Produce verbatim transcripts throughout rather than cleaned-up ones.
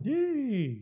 Yeah.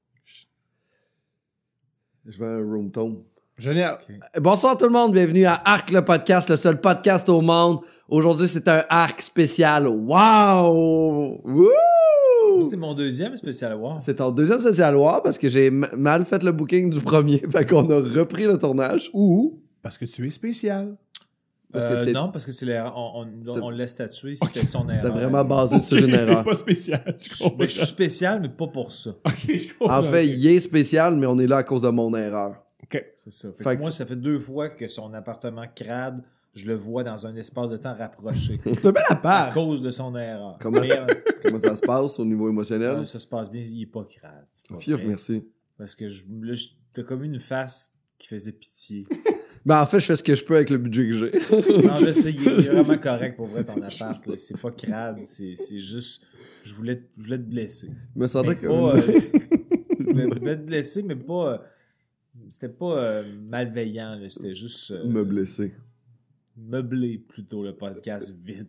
Je veux un room tone. Génial. Okay. Bonsoir tout le monde, bienvenue à Arc le podcast, le seul podcast au monde. Aujourd'hui, c'est un Arc spécial. Wow! Wouh! C'est mon deuxième spécial War. C'est ton deuxième spécial War parce que j'ai m- mal fait le booking du premier. Fait qu'on a repris le tournage. Ou parce que tu es spécial. Parce euh, que non, parce que c'est l'erreur. On, on, on l'a statué, c'était okay. son erreur. C'était vraiment basé sur une erreur. T'es pas spécial. Je, je, je suis spécial, mais pas pour ça. Okay, je en fait, il est spécial, mais on est là à cause de mon erreur. OK. C'est ça. Fait fait que moi, ça fait deux fois que son appartement crade, je le vois dans un espace de temps rapproché. C'est un bel appart. À cause de son erreur. Comment, ça, comment ça se passe au niveau émotionnel? Euh, ça se passe bien, il est pas crade. Fiouf, merci. Parce que je, là, je, t'as comme une face qui faisait pitié. Ben en fait, je fais ce que je peux avec le budget que j'ai. Non, je sais, il est vraiment correct pour vrai ton appart. Là. C'est pas crade, c'est, c'est juste... Je voulais, je voulais te blesser. Je me sentais que... Pas, euh, je voulais te blesser, mais pas... Euh, c'était pas euh, malveillant, là. C'était juste... Euh, me blesser. Meubler, plutôt, le podcast vide.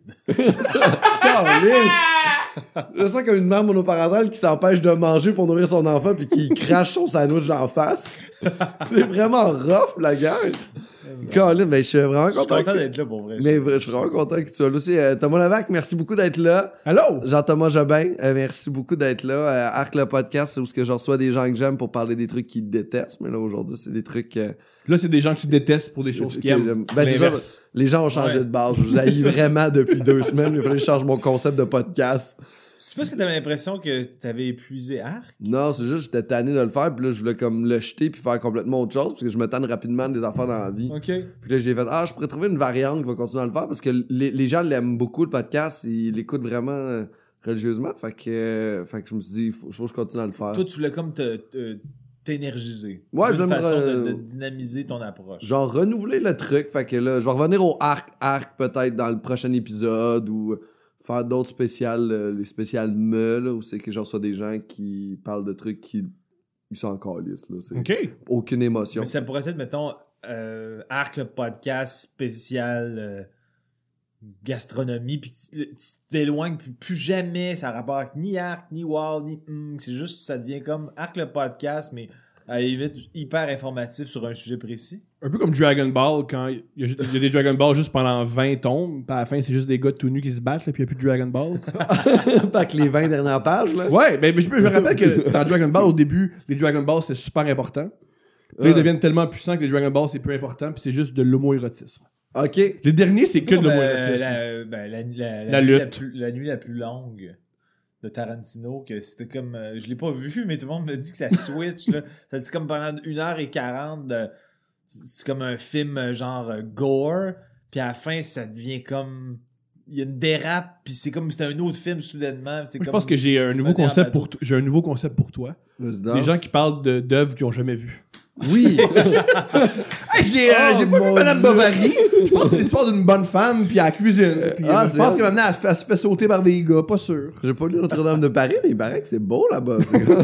Je sens comme une mère monoparentale qui s'empêche de manger pour nourrir son enfant puis qui crache son sandwich en face. C'est vraiment rough, la guerre. Colin, ben, je suis vraiment content. Je suis content que... d'être là, pour vrai. Mais je suis vraiment content que tu sois là aussi. Euh, Thomas Levac, merci beaucoup d'être là. Allô? Jean-Thomas Jobin, euh, merci beaucoup d'être là. Euh, Arc le podcast, c'est où je reçois des gens que j'aime pour parler des trucs qu'ils détestent. Mais là, aujourd'hui, c'est des trucs... Euh... Là, c'est des gens que tu détestes pour des choses qu'ils aiment. Ben, déjà, les gens ont changé ouais. de base. Je vous haïs vraiment depuis deux semaines. Il fallait que je change mon concept de podcast. C'est parce que t'avais l'impression que t'avais épuisé Arc? Non, c'est juste que j'étais tanné de le faire, puis là, je voulais comme le jeter puis faire complètement autre chose, parce que je me tanne rapidement des affaires dans la vie. OK. Puis là, j'ai fait, ah, je pourrais trouver une variante qui va continuer à le faire, parce que les, les gens l'aiment beaucoup, le podcast, ils l'écoutent vraiment euh, religieusement, fait que, euh, fait que je me suis dit, il faut, faut que je continue à le faire. Toi, tu voulais comme te, te, t'énergiser. Ouais, je une voulais façon me... de, de dynamiser ton approche. Genre, renouveler le truc, fait que là, je vais revenir au arc, arc peut-être dans le prochain épisode, ou... faire d'autres spéciales, euh, les spéciales me, là, où c'est que genre soit des gens qui parlent de trucs qui ils sont encore lisses, là. C'est OK. aucune émotion. Mais ça pourrait être, mettons, euh, Arc le podcast spécial euh, gastronomie, puis tu, tu t'éloignes, puis plus jamais ça a rapport avec ni Arc, ni Wow, ni hum, c'est juste, ça devient comme Arc le podcast, mais à la limite hyper informatif sur un sujet précis. Un peu comme Dragon Ball, quand il y, a, il y a des Dragon Ball juste pendant vingt tomes, puis à la fin, c'est juste des gars tout nus qui se battent, là, puis il n'y a plus de Dragon Ball. Fait que les vingt dernières pages, là. Ouais, mais je, je me rappelle que dans Dragon Ball, au début, les Dragon Ball, c'était super important. Là, ils deviennent tellement puissants que les Dragon Ball, c'est peu important, puis c'est juste de l'homoérotisme. OK. Les derniers, c'est que de Comme, l'homoérotisme. euh, la, ben, la, la, la, La nuit lutte. La, plus, la nuit la plus longue de Tarantino, que c'était comme... Euh, je l'ai pas vu, mais tout le monde me dit que ça switch, là. Ça c'est comme pendant une heure quarante de... C'est comme un film genre euh, gore, puis à la fin, ça devient comme... Il y a une dérape, puis c'est comme si c'était un autre film soudainement. C'est Moi, je comme pense que j'ai un nouveau concept pour toi. J'ai un nouveau concept pour toi. Des gens qui parlent de, d'œuvres qu'ils n'ont jamais vues. Oui. Hey, j'ai euh, Oh, j'ai pas vu mon Madame Dieu. Bovary. Je pense que c'est l'histoire d'une bonne femme, puis à la cuisine. Puis Ah, euh, c'est je pense vrai. que maintenant, elle, se fait- elle se fait sauter par des gars, pas sûr. J'ai pas lu Notre-Dame de Paris, mais il paraît que c'est beau là-bas.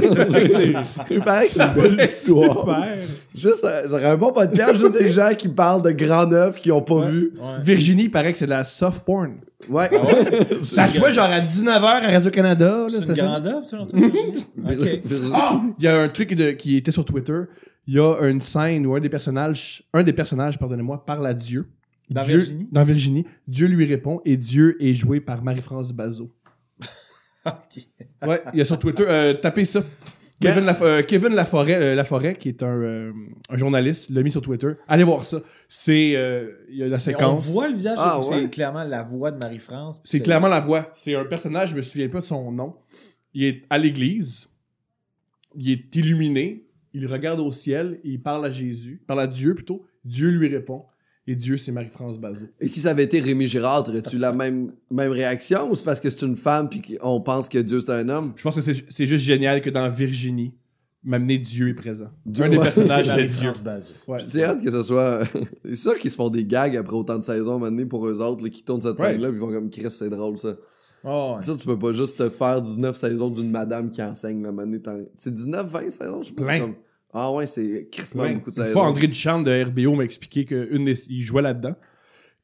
Il paraît que c'est une belle histoire. Super. Juste, euh, ça serait un bon podcast, juste des gens qui parlent de grands œuvres qu'ils ont pas vu. Ouais. Virginie, il paraît que c'est de la soft porn. Ouais. Ça jouait genre à dix-neuf heures à Radio-Canada. là, C'est une c'était ça. grande œuvre, ça, l'entour OK. Ah! Il y a un truc de- qui était sur Twitter. Il y a une scène où un des personnages, un des personnages, pardonnez-moi, parle à Dieu. Dans Dieu, Virginie? Dans Virginie. Dieu lui répond et Dieu est joué par Marie-France Bazot. OK. Ouais, il y a sur Twitter. Euh, tapez ça. Kevin, Laf- euh, Kevin Laforêt, euh, Laforêt, qui est un, euh, un journaliste, l'a mis sur Twitter. Allez voir ça. C'est euh, il y a la Mais séquence. on voit le visage, Ah, ou c'est ouais? clairement la voix de Marie-France. puis C'est clairement la voix. C'est un personnage, je me souviens pas de son nom. Il est à l'église. Il est illuminé. Il regarde au ciel et il parle à Jésus. Il parle à Dieu plutôt. Dieu lui répond. Et Dieu, c'est Marie-France Bazot. Et si ça avait été Rémi Girard, aurais-tu la même, même réaction ou c'est parce que c'est une femme puis qu'on pense que Dieu c'est un homme? Je pense que c'est, c'est juste génial que dans Virginie, m'amener Dieu est présent. Dieu, un des ouais, personnages C'est de Dieu. Marie-France Bazot. Ouais. C'est hâte que ce soit. C'est sûr qu'ils se font des gags après autant de saisons maintenant pour eux autres là, qui tournent cette Ouais. scène-là puis ils vont comme Chris, c'est drôle ça. Oh, ouais. Ça, tu peux pas juste te faire dix-neuf saisons d'une madame qui enseigne la manée. C'est dix-neuf vingt saisons, je sais pas. Plein. c'est Comme... Ah ouais, c'est crissement Ouais. beaucoup de Une saisons. fois, André Duchamp de R B O m'a expliqué qu'il jouait là-dedans.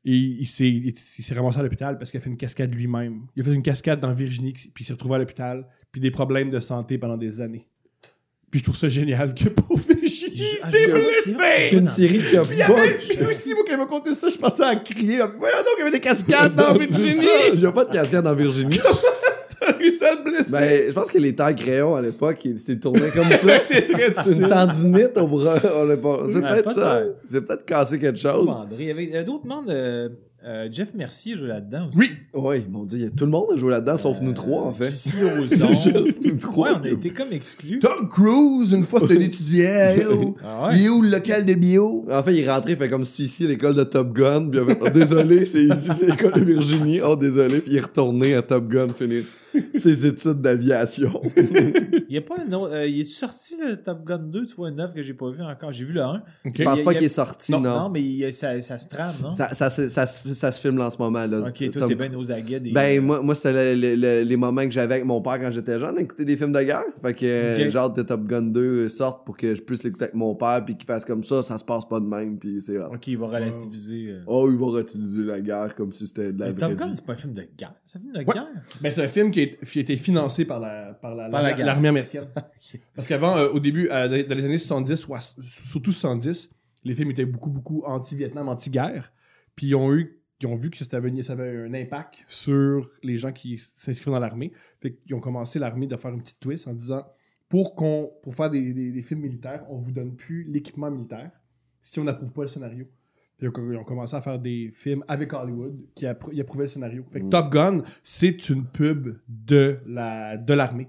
Et il s'est, il, il s'est ramassé à l'hôpital parce qu'il a fait une cascade lui-même. Il a fait une cascade dans Virginie, puis il s'est retrouvé à l'hôpital, puis des problèmes de santé pendant des années. Puis je trouve ça génial que pour Virginie, il Ah, s'est je- blessé! C'est une série qui a Puis il y avait- pas... puis aussi, moi, quand il m'a conté ça, je pensais à crier. Voyons donc, il y avait des cascades dans Virginie! J'ai pas de cascade en Virginie. T'as réussi à te blesser! Ben, je pense que les tailles crayons à l'époque, ils s'est tourné comme ça. c'est très C'est une difficile. tendinite au bras. On l'a pas- C'est Ouais, peut-être ça. peut-être. C'est peut-être cassé quelque chose. André, il y avait, il y avait d'autres mondes. euh, euh, Jeff Mercier joue là-dedans aussi. Oui! Oui, mon Dieu, il y a tout le monde a joué là-dedans, sauf nous trois, en fait. Ici aux ondes. Juste nous trois. Ouais, on a été comme exclus. Tom Cruise, une fois, c'était un étudiant. Yo. Ah ouais? Il est où le local de bio? En fait, il est rentré, il fait comme si ici, l'école de Top Gun. Puis il a fait, oh, désolé, c'est ici, c'est l'école de Virginie. Oh, désolé. Puis il est retourné à Top Gun finir ses études d'aviation. Il y a pas un autre. Euh, il est-tu sorti le Top Gun deux? Tu vois une œuvre que j'ai pas vu encore. J'ai vu le un. Ok. Je pense Il y a- pas il y a- qu'il est sorti, non. Non, mais il y a- ça, ça se trame, non? Ça, ça, se- ça, se- ça se filme là, en ce moment. Là. Ok, toi, Tom- t'es bien aux aguets des. Ben, moi, moi c'était le- le- le- les moments que j'avais avec mon père quand j'étais jeune, écouter des films de guerre. Fait que, euh, Ok. genre, de Top Gun deux sorte pour que je puisse l'écouter avec mon père, puis qu'il fasse comme ça, ça se passe pas de même, puis c'est hot. Ok, il va relativiser. euh. Oh, il va réutiliser la guerre comme si c'était de la Mais vraie Top Gun, vie. c'est pas un film de guerre. C'est un film de Ouais. guerre. Ben, c'est un film qui a été, qui a été financé par la, par la, Par la la- guerre. l'armée américaine. Parce qu'avant, euh, au début, euh, dans dans les années soixante-dix, ou à- surtout soixante-dix, les films étaient beaucoup, beaucoup anti-Vietnam, anti-guerre. Puis ils ont eu, ils ont vu que ça avait, ça avait un impact sur les gens qui s'inscrivaient dans l'armée. Fait qu'ils ont commencé l'armée de faire une petite twist en disant, pour qu'on, pour faire des, des, des films militaires, on vous donne plus l'équipement militaire si on n'approuve pas le scénario. Puis ils ont commencé à faire des films avec Hollywood qui appro- ils approuvaient le scénario. Fait que Mm. Top Gun, c'est une pub de la de l'armée.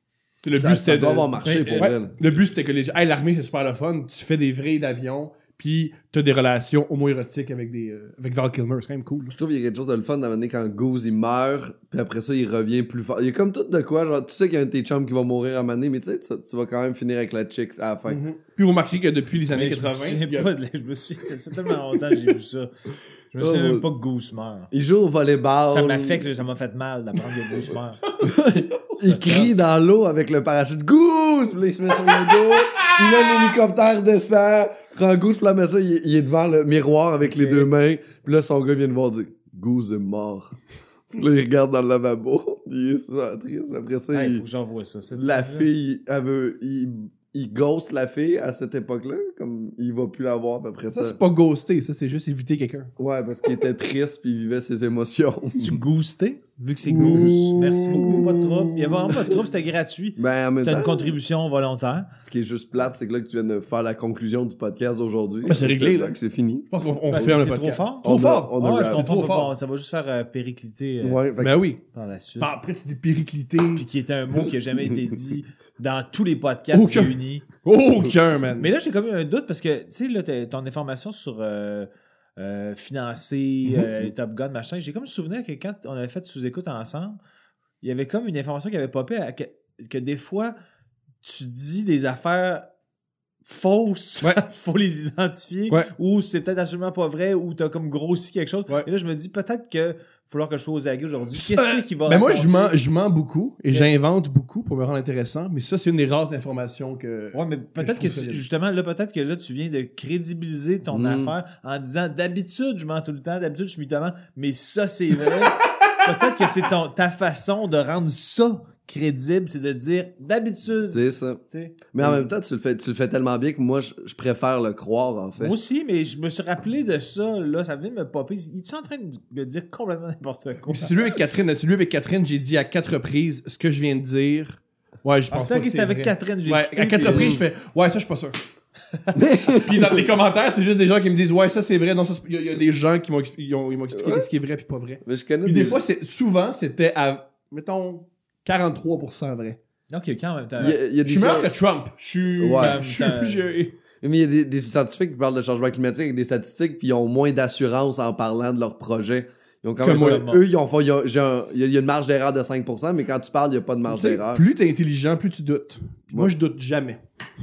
Le Ça- but ça c'était doit de- avoir marché Ouais, pour ouais. elle. Le but c'était que les gens, hey, l'armée c'est super le fun, tu fais des vrais d'avion, puis t'as des relations homo-érotiques avec des euh, avec Val Kilmer, c'est quand même cool. Je trouve qu'il y a quelque chose de le fun d'amener quand Goose il meurt, puis après ça il revient plus fort. Il y a comme tout de quoi, genre tu sais qu'il y a un de tes chums qui va mourir à un moment donné, mais tu sais, tu, tu vas quand même finir avec la chicks à la fin. Mhm. Puis vous remarquez que depuis les années Mais je me quatre-vingts, souviens il y a- pas de la- je me suis. Ça fait tellement longtemps que j'ai vu ça. Je me souviens Oh, même pas que Goose meurt. Il joue au volleyball. Ça m'affecte, ça m'a fait mal d'apprendre que Goose meurt. Il crie dans l'eau avec le parachute Goose! Puis là, il se met sur le dos. Puis là, l'hélicoptère descend. Prend Goose, puis là, mais ça, il, il est devant le miroir avec les Ok. deux mains. Puis là, son gars vient de voir dire Goose est mort. Puis là, il regarde dans le lavabo. Puis il est super triste. Après ça, Il il- faut que j'envoie ça. cette la scène-là. fille, elle veut. Il, il ghost la fille à cette époque-là. Comme il va plus la voir, puis après ça. ça c'est pas ghoster, ça c'est juste éviter quelqu'un. Ouais, parce qu'il était triste, puis il vivait ses émotions. Tu goosté? Vu que c'est Ouh. Goose. Merci beaucoup, pas de trouble. Il y avait vraiment pas de trouble, c'était gratuit. Ben, en même C'était temps. une contribution volontaire. Ce qui est juste plate, c'est que là que tu viens de faire la conclusion du podcast d'aujourd'hui. Ben, c'est réglé, là. que c'est fini. Je pense qu'on on Parce ferme que le c'est trop podcast. fort. Trop On a- fort! on a Ouais, rap. je C'est comprends trop pas, fort. bon, ça va juste faire euh, péricliter euh, Ouais, fait que- Ben oui. par la suite. Ben, après tu dis périclité. Puis qui était un mot qui a jamais été dit dans tous les podcasts Aucun. réunis. Aucun, man. Mais là, j'ai comme eu un doute parce que, tu sais, là, t'as- ton information sur euh, euh, financer, Mhm. euh, Top Gun, machin, j'ai comme souvenir que quand on avait fait sous-écoute ensemble, il y avait comme une information qui avait popé à- que, que des fois, tu dis des affaires fausses, Ouais. faut les identifier, Ouais. ou c'est peut-être absolument pas vrai, ou t'as comme grossi quelque chose. Ouais. Et là, je me dis peut-être que il va falloir que je sois aux aguets aujourd'hui. Qu'est-ce qui va Ben moi, je raconter? mens, je mens beaucoup et j'invente beaucoup pour me rendre intéressant, mais ça, c'est une des rares informations que. Ouais, mais peut-être je que, trouve tu- solide. justement, là, peut-être que là, tu viens de crédibiliser ton Mm. affaire en disant d'habitude, je mens tout le temps, d'habitude, je suis mythomane, mais ça, c'est vrai. Peut-être que c'est ton, ta façon de rendre ça crédible, c'est de dire d'habitude. C'est ça. Tu sais. Mais en même temps, tu le fais, tu le fais tellement bien que moi, je, je préfère le croire, en fait. Moi aussi, mais je me suis rappelé de ça, là, ça vient de me popper. Il est en train de me dire complètement n'importe quoi? C'est celui avec Catherine, celui avec Catherine, j'ai dit à quatre reprises ce que je viens de dire. Ouais, je Ah, pense c'était pas ok, que c'était c'est avec vrai. Catherine, j'ai Ouais, écouté, à quatre puis- reprises, je fais ouais, ça je suis pas sûr. Puis dans les commentaires, c'est juste des gens qui me disent ouais, ça c'est vrai. Non, ça c'est- il y, a- il y a des gens qui m'ont expli- ils ont, ils m'ont expliqué Ouais. ce qui est vrai puis pas vrai. Mais je connais Puis des fois, c'est souvent c'était à mettons quarante-trois pour cent vrai. Ok, quand même. Il y a, il y a Je des suis meilleur sci- que Trump. Je suis Ouais. je suis T'as- j'ai- Mais il y a des, des scientifiques qui parlent de changement climatique avec des statistiques, puis ils ont moins d'assurance en parlant de leur projet. Ils ont quand Comme même. moi. Eux, ils ont fait. ils ont- j'ai un- Il y, a- il y a une marge d'erreur de cinq pour cent, mais quand tu parles, il n'y a pas de marge Tu sais, d'erreur. plus t'es intelligent, plus tu doutes. Puis moi, Ouais. je doute jamais.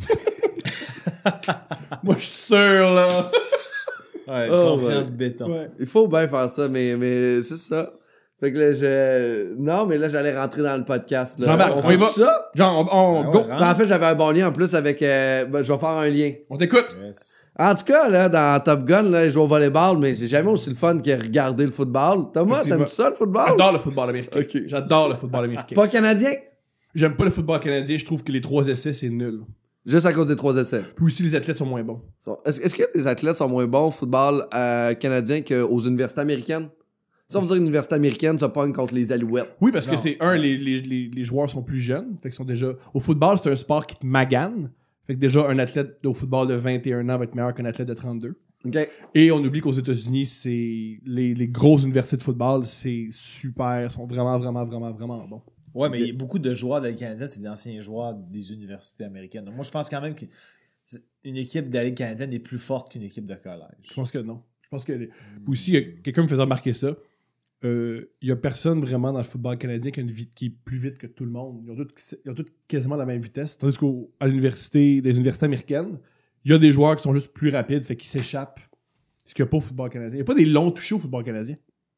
Moi, je suis sûr, là. Ouais, Oh, confiance ouais. béton. Ouais. Il faut bien faire ça, mais, mais c'est ça. Fait que là, je... Non, mais là, j'allais rentrer dans le podcast. Là. Jean-Marc, on fait y va. ça? Genre, on, on Ah ouais, go. rentre. Ben, en fait, j'avais un bon lien en plus avec... euh, ben, je vais faire un lien. On t'écoute. Yes. En tout cas, là, dans Top Gun, là, je joue au volleyball, mais c'est jamais aussi le fun que regarder le football. Thomas, Effectivement. t'aimes ça, le football? J'adore le football américain. Ok. J'adore le football américain. Pas canadien? J'aime pas le football canadien. Je trouve que les trois essais, c'est nul. Juste à cause des trois essais. Puis aussi, les athlètes sont moins bons. Est-ce, est-ce que les athlètes sont moins bons au football euh, canadien qu'aux universités américaines? Ça veut dire une université américaine se pogne contre les Alouettes. Oui, parce Non. que c'est un, les, les, les, les joueurs sont plus jeunes. Fait qu'ils sont déjà. Au football, c'est un sport qui te magane. Fait que déjà, un athlète au football de vingt et un ans va être meilleur qu'un athlète de trente-deux. OK. Et on oublie qu'aux États-Unis, c'est les, les grosses universités de football, c'est super, sont vraiment, vraiment, vraiment, vraiment bons. Ouais, mais il y a beaucoup de joueurs de la Ligue canadienne, c'est des anciens joueurs des universités américaines. Donc, moi, je pense quand même qu'une équipe de la Ligue canadienne est plus forte qu'une équipe de collège. Je pense que non. Je pense que. Puis aussi, il y a- quelqu'un me faisait remarquer ça. Euh, Il y a personne vraiment dans le football canadien qui, a une vie, qui est plus vite que tout le monde. Ils ont tous, ils ont tous quasiment la même vitesse. Tandis qu'à l'université, des universités américaines, il y a des joueurs qui sont juste plus rapides, fait qu'ils s'échappent. Ce qu'il n'y a pas au football canadien. Il n'y a pas des longs touchés au football canadien.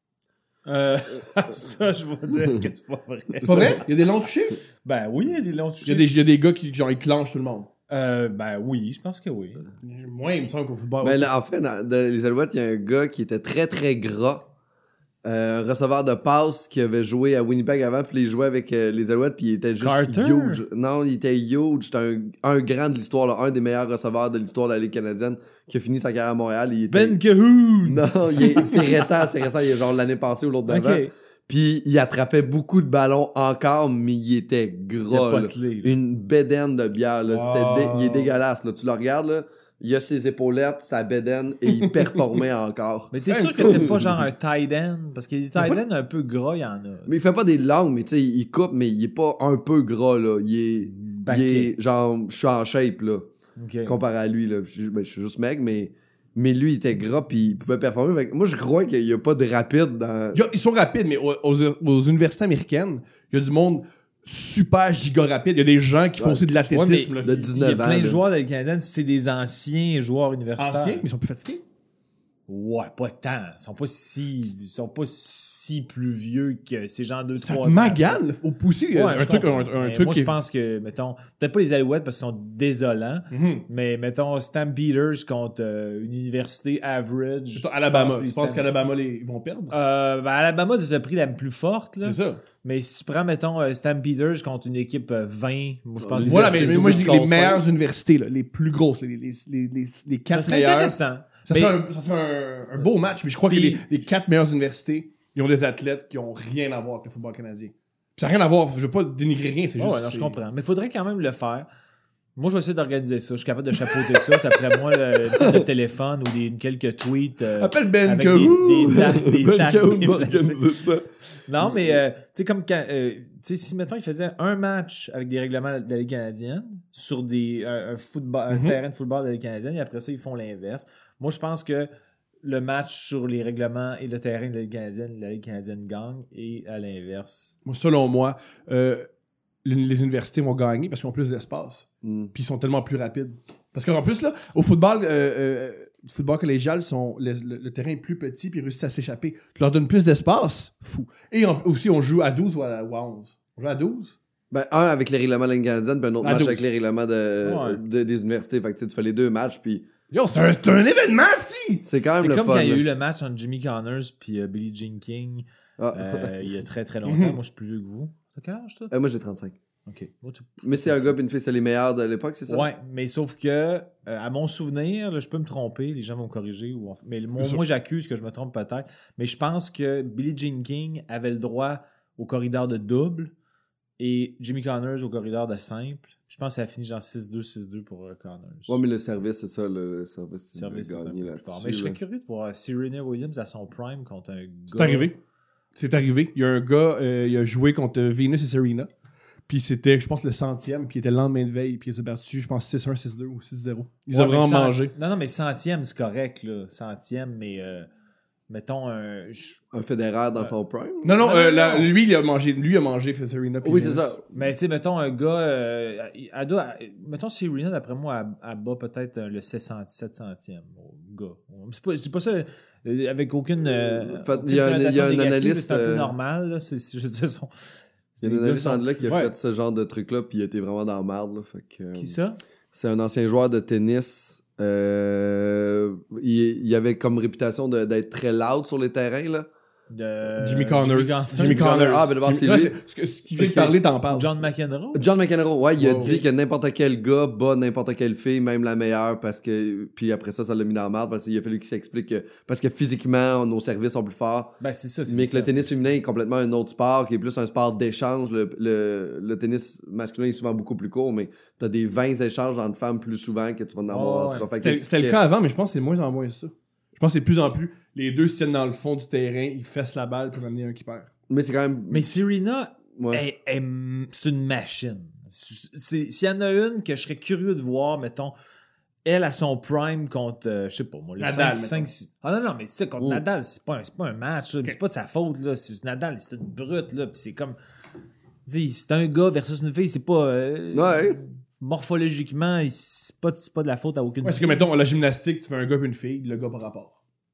Euh, ça, je vais dire que c'est pas vrai. C'est pas vrai? Il y a des longs touchés? Ben oui, il y a des longs touchés. Il y a des, il y a des gars qui genre, ils clenchent tout le monde. Euh, ben oui, je pense que oui. Moi, il me semble qu'au football. Ben, là, en fait, dans, dans les Alouettes, il y a un gars qui était très, très gras. Euh, un receveur de passe qui avait joué à Winnipeg avant, puis il jouait avec euh, les Alouettes, puis il était juste Carter? huge. Non, il était huge. C'était un, un grand de l'histoire, là, un des meilleurs receveurs de l'histoire de la Ligue canadienne qui a fini sa carrière à Montréal. Il était... Ben Cahoon! Non, il est- c'est récent, c'est récent. Il est genre l'année passée ou l'autre d'avant. Ok. Puis il attrapait beaucoup de ballons encore, mais il était gras. C'était là. potelé, là. Une bédaine de bière. Là. Wow. C'était dé- il est dégueulasse. Là. Tu le regardes, là, il a ses épaulettes, sa bédaine, et il performait encore. Mais t'es sûr que c'était pas genre un tight end? Parce qu'il y a des tight ends un peu gras, il y en a. Mais il fait pas des langues, mais tu sais, il coupe, mais il est pas un peu gras, là. Il est, il Baquet. est genre, je suis en shape, là, Ok. comparé à lui, là. Je, ben, je suis juste maigre, mais, mais lui, il était gras, puis il pouvait performer. Fait que moi, je crois qu'il y a pas de rapide dans... Il y a- Ils sont rapides, mais aux, aux- aux universités américaines, il y a du monde super giga rapide. Il y a des gens qui font Ouais. aussi de l'athlétisme. Ouais, là. de Il y a dix-neuf ans. plein de là. joueurs de la Ligue canadienne, c'est des anciens joueurs universitaires. Anciens, mais ils sont plus fatigués. Ouais, pas tant. Ils sont pas si, ils sont pas si plus vieux que ces gens de Ça trois magane. Faut pousser Ouais, un je truc, un, comprends. un Mais truc moi, qui je est- pense que, mettons, peut-être pas les Alouettes parce qu'ils sont désolants, Mhm. mais mettons Stampeders contre euh, une université average. Mettons, Alabama. Je pense Tu les penses Stamp- qu'Alabama, les- ils vont perdre? Euh, ben, Alabama, t'as pris la plus forte, là. C'est ça. Mais si tu prends, mettons, euh, Stampeders contre une équipe euh, vingt, moi, je pense que les Voilà, États- mais, mais du moi, je dis que les Wisconsin. meilleures universités, là, les plus grosses, les, les, les, les, les Ça quatre serait meilleures. intéressant. Ça Mais- serait, un, ça serait un, un beau match, mais je crois Puis- que les, les quatre meilleures universités, ils ont des athlètes qui ont rien à voir avec le football canadien. Puis ça n'a rien à voir, je veux pas dénigrer rien, c'est Ouais, juste... ouais, non, je c'est- comprends. Mais il faudrait quand même le faire. Moi, je vais essayer d'organiser ça. Je suis capable de chapeauter ça. D'après moi, le, une couple de téléphone ou des, quelques tweets. euh, Appelle Ben avec des, Cahoon! des dates, des Ben dates Cahoon bien va placées. organiser ça. Non, mais euh, tu sais, comme quand. euh, tu sais, si, mettons, il faisait un match avec des règlements de la Ligue canadienne sur des, un, un football, un Mhm. terrain de football de la Ligue canadienne, et après ça, ils font l'inverse. Moi, je pense que le match sur les règlements et le terrain de la Ligue canadienne, la Ligue canadienne gagne, et à l'inverse. Moi, selon moi, euh, les, les universités vont gagner parce qu'ils ont plus d'espace. Mm. Puis ils sont tellement plus rapides. Parce qu'en plus, là, au football, euh, euh, le football collégial, sont, le, le- le terrain est plus petit puis ils réussissent à s'échapper. Tu leur donnes plus d'espace, fou. Et en- aussi, on joue à douze ou à, ou à onze. On joue à douze. Ben, un avec les règlements de la Ligue canadienne, puis un autre À match douze. avec les règlements de, Ouais. de- des universités. Fait que tu sais, tu fais les deux matchs, puis Yo, c'est un, c'est un événement, si! c'est quand même C'est le comme fun. quand il y a là. eu le match entre Jimmy Connors puis euh, Billie Jean King Ah. euh, il y a très très longtemps. Mhm. Moi, je suis plus vieux que vous. T'as quel âge, toi? Euh, moi, j'ai trente-cinq. Ok. Moi, tu- Mais c'est un gars et une fille, c'était les meilleurs de l'époque, c'est ça? Ouais, mais sauf que, euh, à mon souvenir, là, je peux me tromper, les gens vont me corriger. Ou on- mais moi, C'est sûr. moi, j'accuse que je me trompe peut-être. Mais je pense que Billie Jean King avait le droit au corridor de double et Jimmy Connors au corridor de simple. Je pense que ça a fini genre six deux, six deux pour euh, Connors. Ouais, mais le service, c'est ça, le, le service, Le service, il a c'est un gagné peu plus là-dessus. fort. Mais je serais là. curieux de voir Serena Williams à son prime contre un gars. C'est arrivé. C'est arrivé. Il y a un gars, euh, il a joué contre Venus et Serena. Puis c'était, je pense, le centième. Puis il était le lendemain de veille. Puis il s'est battu, je pense, six un, six deux ou six zéro. Ils Ouais, ont mais vraiment cent- mangé. Non, non, mais centième, c'est correct, là. Centième, mais euh, mettons un. je- Un fédéraire dans Ouais. son prime? Non, non, Non, euh, non, la- non. lui, il a mangé, lui, il a mangé Serena. puis Oui, c'est Venus. ça. Mais tu sais, mettons un gars. Euh, elle doit- mettons Serena, d'après moi, elle, elle bat peut-être euh, le sept centième au gars. C'est pas, c'est pas ça euh, avec aucune. Euh, En fait, aucune il y a un- il y a un connotation négative, analyste, C'est un peu euh, normal. Là. C'est, c'est, je veux dire, son- Il y a les un gars analyste sont- anglais qui a Ouais. fait ce genre de truc-là, puis il était vraiment dans la merde. Là, fait que, Qui ça? c'est un ancien joueur de tennis. Euh, il, il avait comme réputation de- d'être très loud sur les terrains. Là. De- Jimmy Connors. Jimmy Connors. Jimmy Connors. Ah, ben d'abord, Jimmy- c'est là, lui. Ce que- ce qui vient de Ok. parler, t'en parles. John McEnroe? John McEnroe, ouais, il a Ouais, dit ouais. que n'importe quel gars bat n'importe quelle fille, même la meilleure, parce que. Puis après ça, ça l'a mis dans la merde, parce qu'il a fallu qu'il s'explique que. Parce que physiquement, nos services sont plus forts. Ben, c'est ça. C'est Mais que ça. le tennis féminin est complètement un autre sport, qui est plus un sport d'échange. Le, le, le tennis masculin est souvent beaucoup plus court, mais t'as des vingt échanges entre femmes plus souvent que tu vas en avoir Oh, entre. ouais. Fait C'était qu'il c'était le expliquait- cas avant, mais je pense que c'est de moins en moins ça. Je pense que c'est de plus en plus. Les deux se tiennent dans le fond du terrain, ils fessent la balle pour amener un qui perd. Mais c'est quand même. Mais Serena, Ouais. elle- elle- c'est une machine. C'est- c'est- S'il y en a une que je serais curieux de voir, mettons, elle à son prime contre, euh, je sais pas moi, le Nadal, cinq, cinq, six. Ah non, non, mais c'est contre Mm. Nadal, c'est pas, un, c'est pas un match, là, mais c'est pas de sa faute, là. C'est Nadal, c'est une brute, là, pis c'est comme. Tu sais, c'est un gars versus une fille, c'est pas. euh, Ouais. Morphologiquement, il- c'est pas, c'est pas de la faute à aucune Ouais, c'est que, mettons, la gymnastique, tu fais un gars et une fille, le gars par rapport.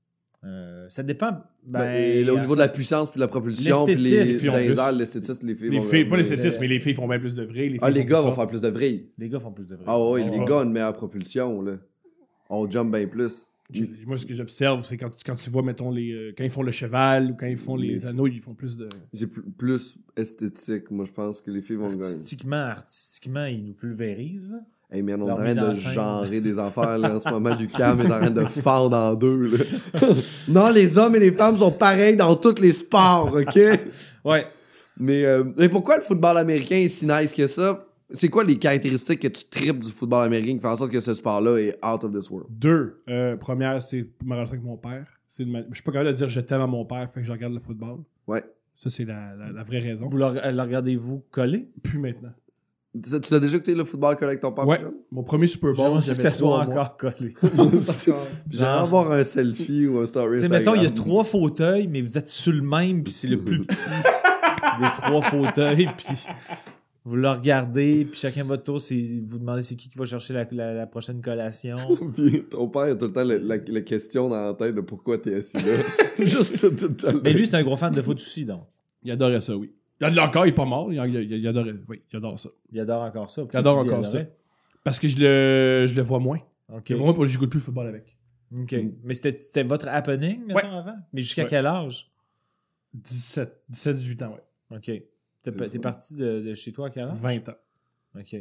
Euh, ça dépend. Ben, Ben, et là, au niveau de la puissance puis de la propulsion puis les L'esthétisme, dans en les plus. airs, l'esthétisme, les filles Les vont filles, pas mais- l'esthétisme, mais les filles font bien plus de vrilles. Ah, les gars vont faire plus de vrille. Les gars font plus de vrai. Ah ouais, Ah, les ouais. gars ont une meilleure propulsion, là. On jump bien plus. Moi, ce que j'observe, c'est quand, tu- quand tu vois, mettons, les, euh, quand ils font le cheval ou quand ils font les Les- anneaux, ils font plus de. C'est plus, plus esthétique, moi, je pense que les filles vont gagner. Artistiquement, artistiquement, ils nous pulvérisent, là. Hey, man, on est en Leur train mise en de scène. genrer des affaires, là, en ce moment. Lucam est en train de fendre en deux, là. Non, les hommes et les femmes sont pareils dans tous les sports, OK? Ouais. Mais, euh, mais pourquoi le football américain est si nice que ça? C'est quoi les caractéristiques que tu tripes du football américain qui font en sorte que ce sport-là est out of this world? Deux. Euh, première, c'est ma relation avec mon père. C'est une ma- Je suis pas capable de dire je t'aime à mon père, fait que je regarde le football. Ouais. Ça, c'est la, la, la vraie raison. Vous le, le regardez-vous coller? Plus maintenant. Tu tu l'as déjà écouté le football collé avec ton père? Ouais. Jean? Mon premier Super Bowl, J'aimerais ça j'avais que ça soit trois mois. encore collé. J'aimerais avoir un selfie ou un story. Tu sais, mettons, il y a Instagram. trois fauteuils, mais vous êtes sur le même, puis c'est le plus petit des trois fauteuils, puis vous le regardez, puis chacun votre tour, c'est, vous demandez c'est qui qui va chercher la, la, la prochaine collation. Puis ton père a tout le temps la, la- la question dans la tête de pourquoi t'es assis là. Juste tout, tout le temps. Mais lui, c'est un gros fan de foot aussi, donc. Il adorait ça, oui. Il adore encore, il est pas mort. Il, il, il adorait, oui, il adore ça. Il adore encore ça. Il adore Pourquoi tu dis encore ça. adorait? Parce que je le, je le vois moins. OK. Je le vois moins pour que je joue plus le football avec. OK. Mais c'était, c'était votre happening, mettons, Ouais. avant? Mais jusqu'à Ouais. quel âge? dix-sept, dix-sept, dix-huit ans, ouais. OK. T'es, C'est t'es fun. parti de, de chez toi à quel âge? vingt ans. OK.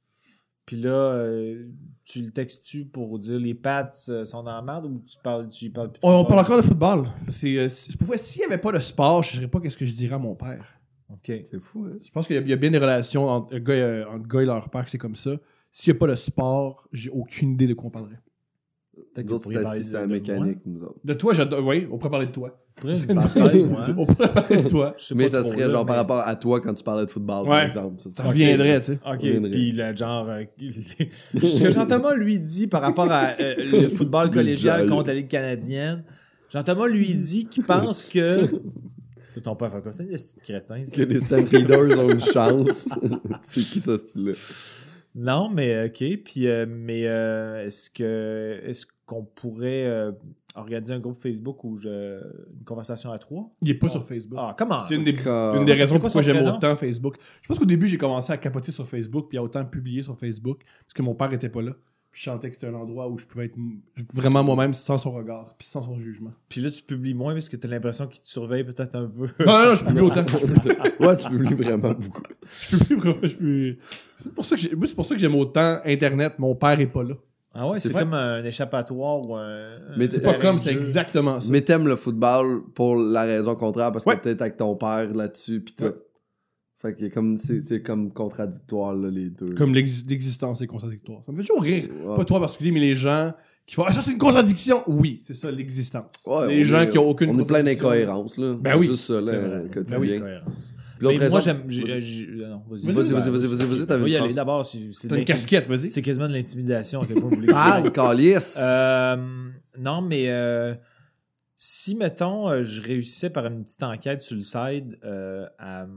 Puis là, euh, tu le textes-tu pour dire les Pats euh, sont dans la merde ou tu parles, tu y parles plus de On, on football? parle encore de football. C'est, euh, c'est- pour vrai, s'il n'y avait pas de sport, je ne saurais pas qu'est-ce que je dirais à mon père. OK. C'est fou, hein? Je pense qu'il y a, il y a bien des relations entre, euh, gars, euh, entre gars et leur père, que c'est comme ça. S'il n'y a pas de sport, j'ai aucune idée de quoi on parlerait. Peut-être Nous que autres, vous c'est pourriez parler assis de- à la de mécanique, nous autres. De toi, j'adore. Oui, on pourrait parler de toi. moi. Vous pourriez me parler de moi. On pourrait parler de toi. Je sais Mais pas ça trop, serait là, genre mais- par rapport à toi quand tu parlais de football, par Ouais. exemple. Ça, Ça ça- reviendrait, tu sais. OK, reviendrait. puis le genre... euh, ce que Jean-Thomas lui dit par rapport à euh, le football collégial Déjà, contre la Ligue canadienne, Jean-Thomas lui dit qu'il pense que... Ton père fait quoi? C'est une petite crétin, ça. Que les Stampeders ont une chance. C'est qui ça, ce style-là? Non, mais OK. Puis, euh, mais euh, est-ce que est-ce qu'on pourrait euh, organiser un groupe Facebook où je une conversation à trois? Il n'est pas sur Facebook. Ah, comment? C'est une des, Quand- une des C'est raisons quoi pourquoi son j'aime prénom? autant Facebook. Je pense qu'au début, j'ai commencé à capoter sur Facebook puis à autant publier sur Facebook parce que mon père était pas là. Puis je sentais que c'était un endroit où je pouvais être m- vraiment moi-même sans son regard puis sans son jugement. Puis là, tu publies moins parce que tu as l'impression qu'il te surveille peut-être un peu. Non, non, non, je publie autant. Ouais, tu publies vraiment beaucoup. Je publie vraiment. Je publie... C'est pour ça que j'ai- moi, c'est pour ça que j'aime autant Internet. Mon père est pas là. Ah ouais, c'est, C'est comme un échappatoire ou un. Mais un c'est C'est pas terrain comme, de c'est jeu. exactement ça. Mais t'aimes le football pour la raison contraire, parce que Ouais. t'es peut-être avec ton père là-dessus, pis tout. Ouais. Fait que comme, c'est, c'est comme contradictoire, là, les deux. Comme l'exi- l'existence est contradictoire. Ça me fait toujours rire. Ouais. Pas toi en particulier, mais les gens qui font Ah, ça c'est une contradiction. Oui, c'est ça, l'existence. Ouais, les on gens est- qui ont aucune On est plein contradiction. d'incohérences, là. Ben C'est oui. juste ça, là, C'est euh, vrai. quotidien. Ben oui, cohérence. Puis l'autre Mais moi, raison- j'aime. j'ai- Vas-y. j'ai- non, vas-y. Vas-y, Vas-y, vas-y, vas-y, vas-y, vas-y, Je t'avais vais y une aller phrase. d'abord. C'est, c'est, de T'as une l'intim- casquette, vas-y. c'est quasiment de l'intimidation à quel point vous voulez que je Parle, calice! Euh, non, mais euh, si, mettons, euh, je réussissais par une petite enquête sur le site euh, à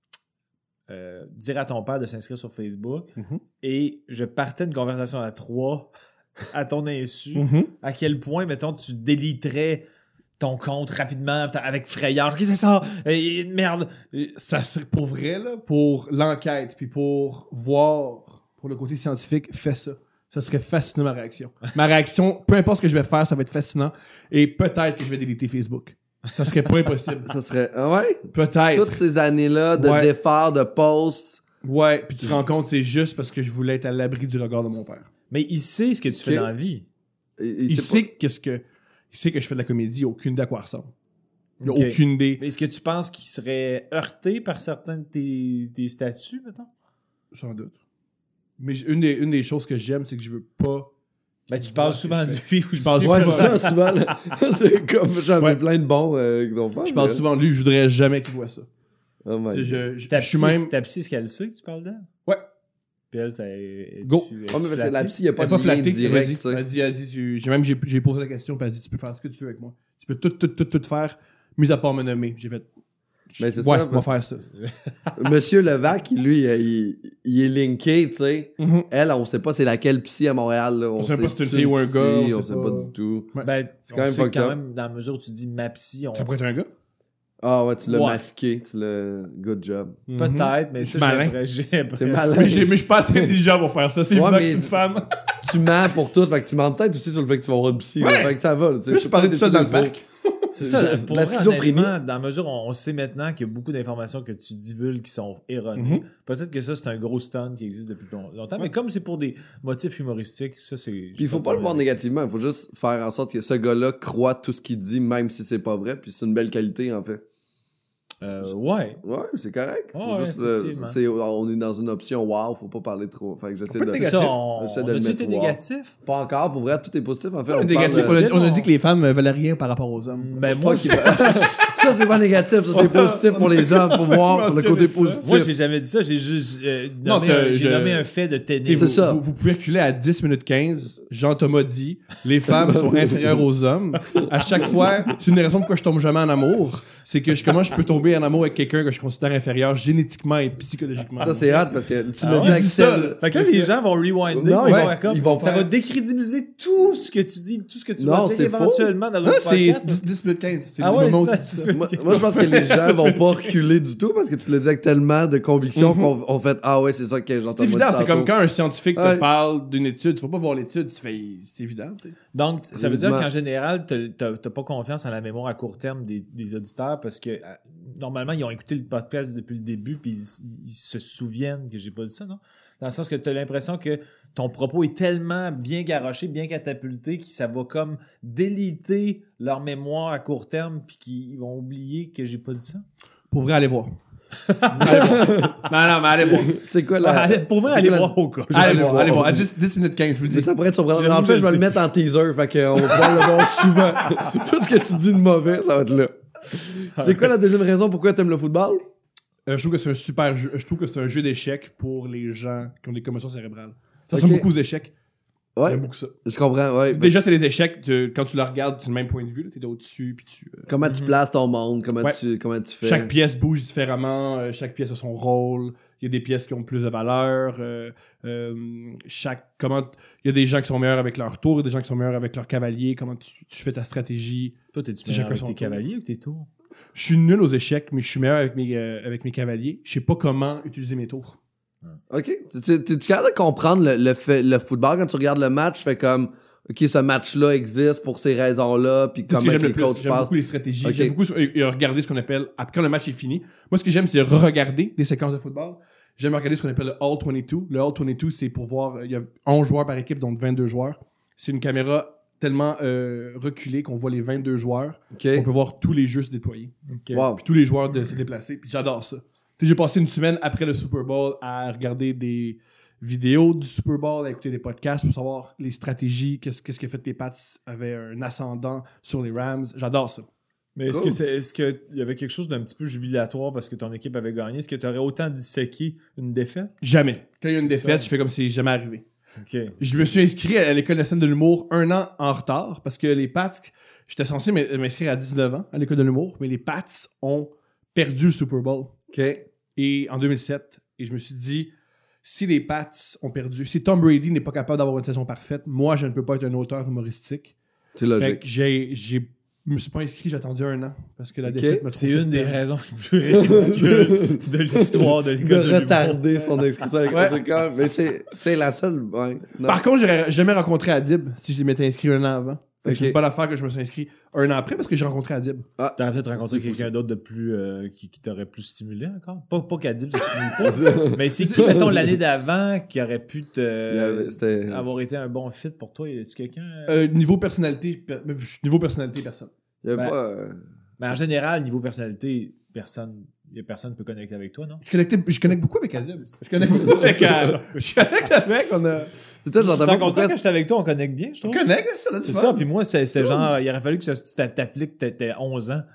euh, dire à ton père de s'inscrire sur Facebook Mhm. et je partais d'une conversation à trois à ton insu, Mhm. à quel point, mettons, tu déliterais ton compte rapidement avec frayeur. Qu'est-ce que c'est ça? Euh, merde. Ça serait pour vrai, là, pour l'enquête, puis pour voir, pour le côté scientifique, fais ça. Ça serait fascinant, ma réaction. Ma réaction, peu importe ce que je vais faire, ça va être fascinant. Et peut-être que je vais déliter Facebook. Ça serait pas impossible. Ça serait. Ah ouais? Peut-être. Toutes ces années-là de Ouais. défarts, de posts. Ouais, puis tu te rends compte, c'est juste parce que je voulais être à l'abri du regard de mon père. Mais il sait ce que tu Ok. fais dans la vie. Il, Il, sait sait qu'est-ce que... Il sait que je fais de la comédie, il a aucune idée à quoi ça ressemble. Il a Ok. aucune idée. Mais est-ce que tu penses qu'il serait heurté par certains de tes, tes statuts, mettons? Sans doute. Mais j- une des, une des choses que j'aime, c'est que je veux pas... Ben, tu parles Ouais, souvent de je fais- lui aussi. parle pas. Ouais, c'est souvent. ça, souvent. là. C'est comme. J'en ai Ouais. plein de bons euh, qui n'ont pas. Je parle mais- souvent de lui, je voudrais jamais qu'il voit ça. Oh my C'est- God. je, je, Ta je suis psy, même... ta psy, est-ce qu'elle sait que tu parles d'elle? Ouais. Puis elle, ça est. Go. Ah, mais parce que la psy, il n'y a pas Elle de est lien pas flattée. direct. Vas-y. ça. Elle dit, elle dit, tu- j'ai même j'ai, j'ai posé la question, puis elle dit, tu peux faire ce que tu veux avec moi. Tu peux tout, tout, tout, tout faire, mis à part me nommer. J'ai fait, Mais c'est ouais, ça, on va faire ça. Monsieur Levac, lui, euh, il, il est linké, tu sais. Mhm. Elle, on sait pas c'est laquelle psy à Montréal. Là. On sait pas si c'est une c'est fille ou un psy, gars, On, on sait sait pas. pas. du tout. Ben, C'est on quand même sait fucked quand up. même, dans la mesure où tu dis ma psy, on... Ça pourrait être un gars. Ah ouais, tu l'as Ouais. masqué. Tu l'as... Good job. Peut-être, mais ça, C'est malin. j'ai l'impression- j'ai C'est l'impression- malin. Mais, j'ai- mais je suis pas assez intelligent pour faire ça. C'est Ouais, évident que mais- je suis une femme. Tu mens pour tout. Fait que tu mens peut-être aussi sur le fait que tu vas avoir une psy. là. Ouais. Fait que ça va. là, tu sais. Là, je parlais tout seul dans le des parc. C'est ça, de pour la vrai, schizophrénie. honnêtement, dans la mesure où on sait maintenant qu'il y a beaucoup d'informations que tu divulgues qui sont erronées, Mhm. peut-être que ça, c'est un gros stunt qui existe depuis long- longtemps, mais comme c'est pour des motifs humoristiques, ça, c'est... Puis il faut pas le voir négativement. Il faut juste faire en sorte que ce gars-là croit tout ce qu'il dit, même si c'est pas vrai. Puis c'est une belle qualité, en fait. Euh, ouais. Ouais, c'est correct. Faut Ouais, juste, euh, effectivement. c'est- on est dans une option wow, faut pas parler trop. Fait que j'essaie peut de. être C'est ça, Négatif. on, J'essaie on de le a-tu été mettre wow. négatif? Pas encore, pour vrai, tout est positif. En fait, On, on, est négatif, parle, on, euh, a, on a dit que les femmes euh, valaient rien par rapport aux hommes. Ben, pas moi, qu'il- ça, c'est pas négatif, ça, c'est positif pour les hommes. Faut voir le côté positif. moi, j'ai jamais dit ça, j'ai juste euh, Non, nommé, t'as- un, j'ai je- nommé un fait de T'sais, tennis. vous, C'est ça. Vous, vous pouvez reculer à dix minutes quinze. Jean-Thomas dit les femmes sont inférieures aux hommes. À chaque fois, c'est une des raisons pourquoi je tombe jamais en amour. C'est que je, comment je peux tomber en amour avec quelqu'un que je considère inférieur génétiquement et psychologiquement. Ça, c'est hot parce que tu Ah l'as ouais, dit avec dis ça, Cell. là. Fait que là, les gens vont rewinder, Non, ils ouais, vont faire comme, ils vont ça faire- va décrédibiliser tout ce que tu dis, tout ce que tu Non, vas dire c'est faux. éventuellement dans Non, l'autre c'est podcast. dix, dix minutes quinze. C'est Ah le ouais, moment où ça, tu dis c'est ça. ça. Moi, moi, je pense que les gens vont pas reculer du tout parce que tu le dis avec tellement de conviction Mhm. qu'on on fait Ah ouais, c'est ça que j'entends. C'est évident, c'est comme quand un scientifique Ouais. te parle d'une étude, tu vas pas voir l'étude, tu fais c'est évident, tu sais. Donc, ça veut dire Heureusement. qu'en général, t'as t'as- t'as pas confiance en la mémoire à court terme des, des auditeurs parce que euh, normalement, ils ont écouté le podcast depuis le début puis ils, ils se souviennent que j'ai pas dit ça, non? Dans le sens que t'as l'impression que ton propos est tellement bien garoché, bien catapulté que ça va comme déliter leur mémoire à court terme puis qu'ils vont oublier que j'ai pas dit ça. Pour vrai, allez voir. Allez voir. Non, non, mais allez voir. C'est quoi la. Allez, pour vrai, c'est allez quoi la- voir au cas. Allez vais voir, voir. allez voir. À dix, dix minutes quinze, je vous Mais dis. ça pourrait être surprenant. J'avoue, En je fait, le je vais sais. le mettre en teaser. Fait qu'on va pouvoir le voir souvent. Tout ce que tu dis de mauvais, ça va être là. C'est quoi la deuxième raison pourquoi t'aimes le football? Euh, je trouve que c'est un super jeu. Je trouve que c'est un jeu d'échecs pour les gens qui ont des commotions cérébrales. Ça Ok. ressemble beaucoup aux échecs. Ouais, J'aime beaucoup ça. je comprends. Ouais. Déjà, c'est les échecs. tu- quand tu le regardes, tu as le même point de vue. là, T'es au-dessus. Puis tu, euh, Comment tu places ton monde? Comment, Ouais. tu, comment tu fais? chaque pièce bouge différemment. euh, chaque pièce a son rôle. Il y a des pièces qui ont plus de valeur. euh, euh, chaque comment Il y a des gens qui sont meilleurs avec leur tour. Il y a des gens qui sont meilleurs avec leur cavalier. Comment tu, tu fais ta stratégie. Toi, t'es-tu C'est meilleur chacun avec son tes tour. cavaliers ou tes tours? Je suis nul aux échecs, mais je suis meilleur avec mes, euh, avec mes cavaliers. Je sais pas comment utiliser mes tours. Ok. Tu, tu, tu, tu capable de comprendre le, le, fait, le football quand tu regardes le match? Tu fais comme, ok, ce match-là existe pour ces raisons-là. Puis C'est ce comment que j'aime les le plus. coachs J'aime passent. beaucoup les stratégies. Ok. J'aime beaucoup euh, regarder ce qu'on appelle, après quand le match est fini. Moi, ce que j'aime, c'est regarder des séquences de football. J'aime regarder ce qu'on appelle le All vingt-deux. Le All vingt-deux, c'est pour voir, euh, il y a onze joueurs par équipe, donc vingt-deux joueurs. C'est une caméra tellement euh, reculée qu'on voit les vingt-deux joueurs. Ok. On peut voir tous les jeux se déployer. Wow. Puis tous les joueurs de se déplacer. Puis j'adore ça. Tu sais, j'ai passé une semaine après le Super Bowl à regarder des vidéos du Super Bowl, à écouter des podcasts pour savoir les stratégies, qu'est-ce, qu'est-ce que fait les Pats avaient un ascendant sur les Rams. J'adore ça. Mais est-ce Cool. que c'est, est-ce que il y avait quelque chose d'un petit peu jubilatoire parce que ton équipe avait gagné? Est-ce que tu aurais autant disséqué une défaite? Jamais. Quand il y a une C'est défaite, ça. je fais comme si c'est jamais arrivé. OK. Je me suis inscrit à l'école de scène de l'humour un an en retard parce que les Pats, j'étais censé m'in- m'inscrire à dix-neuf ans à l'école de l'humour, mais les Pats ont perdu le Super Bowl Ok. et en deux mille sept. Et je me suis dit, si les Pats ont perdu, si Tom Brady n'est pas capable d'avoir une saison parfaite, moi, je ne peux pas être un auteur humoristique. C'est Fait logique. que j'ai, j'ai, je me suis pas inscrit, j'ai attendu un an. Parce que la Ok. défaite m'a C'est trop fait une des peur. raisons les plus ridicules de l'histoire de De l'école de l'humour. retarder son inscription avec Ouais. c'est quand mais c'est, c'est la seule. Ouais. Non. Par contre, j'aurais jamais rencontré Adib si je m'étais inscrit un an avant. Fait que Ok. C'est pas l'affaire que je me suis inscrit un an après parce que j'ai rencontré Adib. T'aurais peut-être rencontré quelqu'un d'autre de plus euh, qui, qui t'aurait plus stimulé encore. Pas, pas qu'Adib te stimule pas. Mais c'est qui, mettons, l'année d'avant qui aurait pu te Il y avait- c'était- avoir été un bon fit pour toi? Y a-tu quelqu'un? euh? Euh, niveau personnalité, per- niveau personnalité, personne. Il y avait Ben, pas. euh, Mais en général, niveau personnalité, personne, y a personne peut connecter avec toi, non? Je connecte, je connecte beaucoup avec Adib. Je connecte beaucoup avec Adib. Je connecte avec, on a... Putain, j'entends T'es pas content pourquoi. quand j'étais avec toi, on connecte bien, je On trouve. connecte, c'est ça, là, C'est ça, puis moi, c'est- c'était genre, il aurait fallu que ça t'a- t'appliques, t'étais onze ans.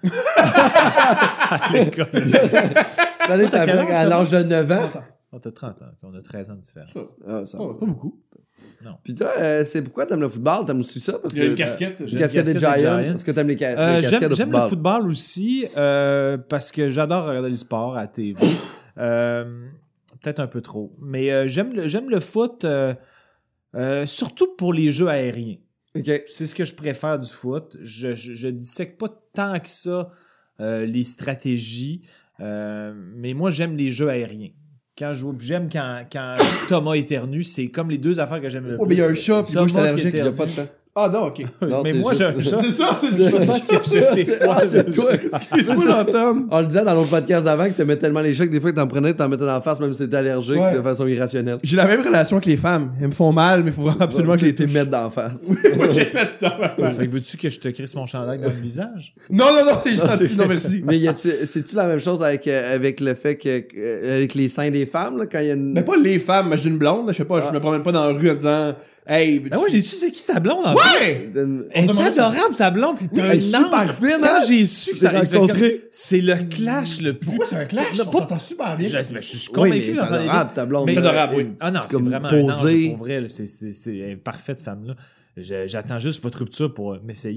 À l'école. Fallait t'as quel t'appeler âge, à l'âge de neuf ans. On a trente ans, on a treize ans de différence. Ah, ça. Oh, pas beaucoup. Puis toi, euh, c'est pourquoi t'aimes le football? T'aimes aussi ça? Parce Il y a que, une casquette. Une j'ai- casquette des casquette des Giants. Giants. Est-ce que t'aimes les, ca- Euh, les casquettes j'aime de j'aime football? le football aussi euh, parce que j'adore regarder le sport à la T V. Euh, peut-être un peu trop. Mais euh, j'aime le, j'aime le foot euh, euh, surtout pour les jeux aériens. OK. C'est ce que je préfère du foot. Je, je, je dissèque pas tant que ça euh, les stratégies, euh, mais moi j'aime les jeux aériens. Quand je joue, j'aime quand, quand Thomas éternue, c'est comme les deux affaires que j'aime le Oh, plus. mais il y a un chat, puis moi, je suis Thomas allergique. qui Il y a éternue. pas de temps. Ah non, ok. Non, mais t'es moi, juste- j'ai un chat. C'est ça, c'est Je ça. pense que je l'ai Ah, c'est toi. Excuse-moi d'entendre. On le disait dans l'autre podcast d'avant que t'aimais tellement les chats que des fois que t'en prenais, t'en mettais dans la face même si t'étais allergique Ouais. de façon irrationnelle. J'ai la même relation que les femmes. Elles me font mal, mais il faut vraiment absolument que je les t'es touche. mettre dans la face. Moi, je les mette dans ma face. Fait que veux-tu que je te crisse mon chandail dans le visage? Non, non, non, c'est Non, gentil, c'est- non, merci. Mais y a-tu- c'est-tu la même chose avec, euh, avec le fait que, euh, avec les seins des femmes, là, quand il y a une. Mais pas les femmes, mais j'ai une blonde, là, je sais pas, je Ah. me promène pas dans la rue en disant Hey, veux-tu... Ben ouais, j'ai su c'est qui ta blonde en fait. Ouais! une- Elle est On se demande ça. adorable, sa blonde. C'est un elle est ange. super fine, Quand hein? j'ai su que Je l'ai ça arrivait rencontré. comme- c'est le clash le plus. Pourquoi c'est un clash? Non, On pas- s'entend super bien. Je, ben, je suis Oui, convaincu mais que j'entendais bien. adorable, ta blonde. Mais- euh, adorable, oui. Ah non, c'est c'est comme vraiment un posé. ange, pour vrai. là. C'est, c'est, c'est elle est parfaite, cette femme-là. Je- j'attends juste votre rupture pour euh, m'essayer.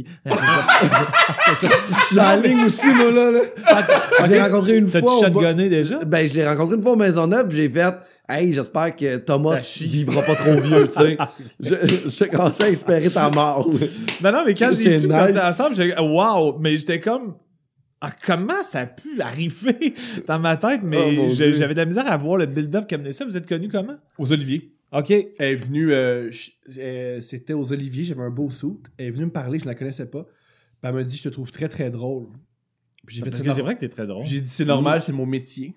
Je suis en ligne aussi, moi, là. là. Je l'ai rencontré une T'as-tu fois. au bas- shotgunné déjà? Ben, je l'ai rencontré une fois au Maisonneuve, j'ai fait hey, j'espère que Thomas Ça chie. vivra pas trop vieux, tu sais. Je, je commençais à espérer ta mort. Non, non, mais quand j'ai C'était su que ça nice. faisait ensemble, j'ai dit, wow, mais j'étais comme, ah, comment ça a pu arriver dans ma tête, Oh, mais mon j'ai- Dieu. j'avais de la misère à voir le build-up qui amenait ça. Vous êtes connu comment? Aux Oliviers. OK. Elle est venue, euh, je- euh, c'était aux Oliviers, j'avais un beau suit. Elle est venue me parler, je la connaissais pas. Puis elle m'a dit, je te trouve très très drôle. Puis j'ai fait Parce ça. que c'est vrai que t'es très drôle. J'ai dit, c'est normal, c'est mon métier.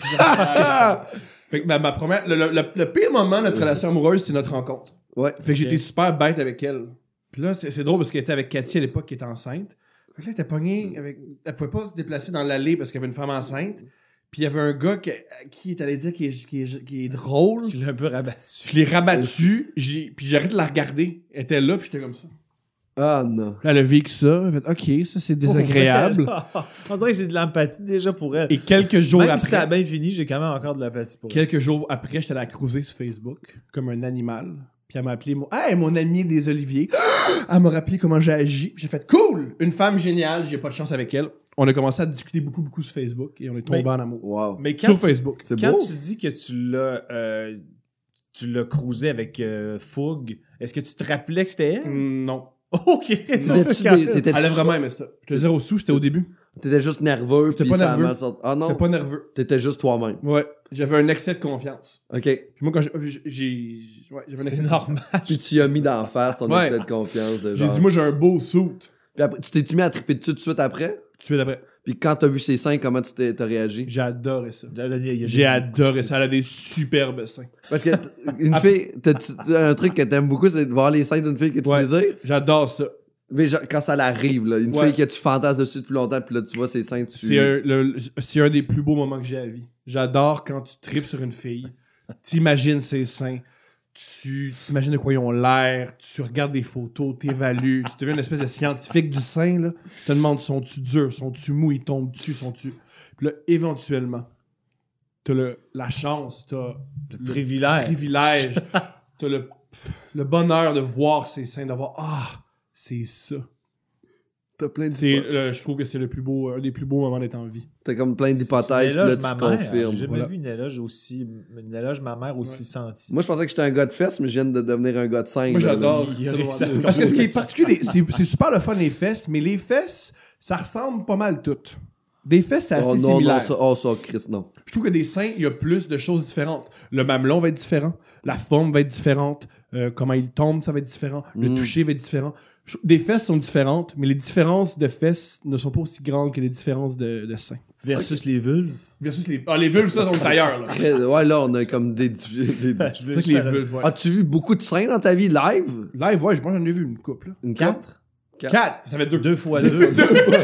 Fait que ma, ma première, le, le, le- le pire moment de notre relation amoureuse, c'est notre rencontre. Ouais. Fait que Ok. j'étais super bête avec elle. Puis là, c'est c'est drôle parce qu'elle était avec Cathy à l'époque qui était enceinte. Fait que là, elle était pognée avec. Elle pouvait pas se déplacer dans l'allée parce qu'il y avait une femme enceinte. Puis il y avait un gars qui, qui est allé dire qu'il est, qu'il est, qu'il est drôle. Tu l'as un peu rabattu. Je l'ai rabattu, j'ai, puis j'ai arrêté de la regarder. Elle était là, puis j'étais comme ça. Ah non. Là, elle a vécu ça. Elle a fait, OK, ça c'est désagréable. On dirait que j'ai de l'empathie déjà pour elle. Et quelques jours Même après. si ça a bien fini, j'ai quand même encore de l'empathie pour elle. Quelques jours après, j'étais allé la cruiser sur Facebook, comme un animal. Puis elle m'a appelé mon... Hey, mon ami des Oliviers. Elle m'a rappelé comment j'ai agi. J'ai fait cool! Une femme géniale, j'ai pas de chance avec elle. On a commencé à discuter beaucoup, beaucoup sur Facebook et on est tombé Mais- en amour. Wow. Mais quand Sur tu, Facebook. C'est quand beau. tu dis que tu l'as euh, tu l'as cruisé avec euh, fougue, est-ce que tu te rappelais que c'était elle? Mm, non. OK, ça T'étais-tu c'est quand des- même- t'étais- Elle a vraiment aimé ça. Je te dire au sous, j'étais au début. T'étais juste nerveux. J'étais puis pas ça a nerveux. mal sorti. Ah non. J'étais pas nerveux. T'étais juste toi-même. Ouais. J'avais un excès de confiance. OK. Puis moi, quand j'ai... j'ai ouais, j'avais un excès C'est de normal. Puis tu y as mis d'en face ton Ouais. excès de confiance. De J'ai genre. dit, moi, j'ai un beau suit. Puis après, tu t'es-tu mis à triper dessus tout de suite après? Tu fais d'après. Puis quand t'as vu ses seins, comment tu t'es t'as réagi? J'ai adoré ça. Il y a des- J'ai adoré ça. Elle a des superbes seins. Parce que t- une fille, t'as-tu- un truc que t'aimes beaucoup, c'est de voir les seins d'une fille que tu Ouais. désires. J'adore ça. Mais genre, quand ça l'arrive, là, une Ouais. fille que tu fantasmes dessus depuis longtemps, puis là, tu vois ses seins, tu... C'est un, le- c'est un des plus beaux moments que j'ai à la vie. J'adore quand tu tripes sur une fille, t'imagines ses seins, tu t'imagines de quoi ils ont l'air, tu regardes des photos, t'évalues, tu deviens une espèce de scientifique du sein, là. Tu te demandes, sont-tu durs, sont-tu mous, ils tombent dessus, sont-tu... Puis là, éventuellement, t'as le, la chance, t'as Le le privilège. privilège, t'as le, le bonheur de voir ses seins, d'avoir « Ah, c'est ça. » T'as plein C'est, d'hypothèses. euh, je trouve que c'est le plus beau, un des plus beaux moments d'être en vie. T'as comme plein d'hypothèses, Une puis là, éloge tu ma mère. confirmes. J'ai jamais Voilà. vu une éloge aussi. Une éloge ma mère aussi Ouais. sentie. Moi, je pensais que j'étais un gars de fesses, mais je viens de devenir un gars de cinq. Moi, là, j'adore. là. Il y a ça, réussi à le- se Parce que ce qui est particulier, c'est, c'est super le fun, les fesses, mais les fesses, ça ressemble pas mal toutes. Des fesses, c'est assez Oh non, non, similaire. ça, oh, ça, Chris, non. Je trouve que des seins, il y a plus de choses différentes. Le mamelon va être différent, la forme va être différente, euh, comment il tombe, ça va être différent, le Mm. toucher va être différent. Je- Des fesses sont différentes, mais les différences de fesses ne sont pas aussi grandes que les différences de, de seins. Versus les vulves. Versus les... Ah, les vulves, ça, sont ailleurs, là. Très- Ouais, là, on a comme des... des- Je voulais C'est vrai que juste les faire- vulves, ouais. As-tu vu beaucoup de seins dans ta vie live? Live, ouais, je pense que j'en ai vu une couple, là. Une Quatre. Quatre. Quatre! Ça fait deux. Deux fois deux. Deux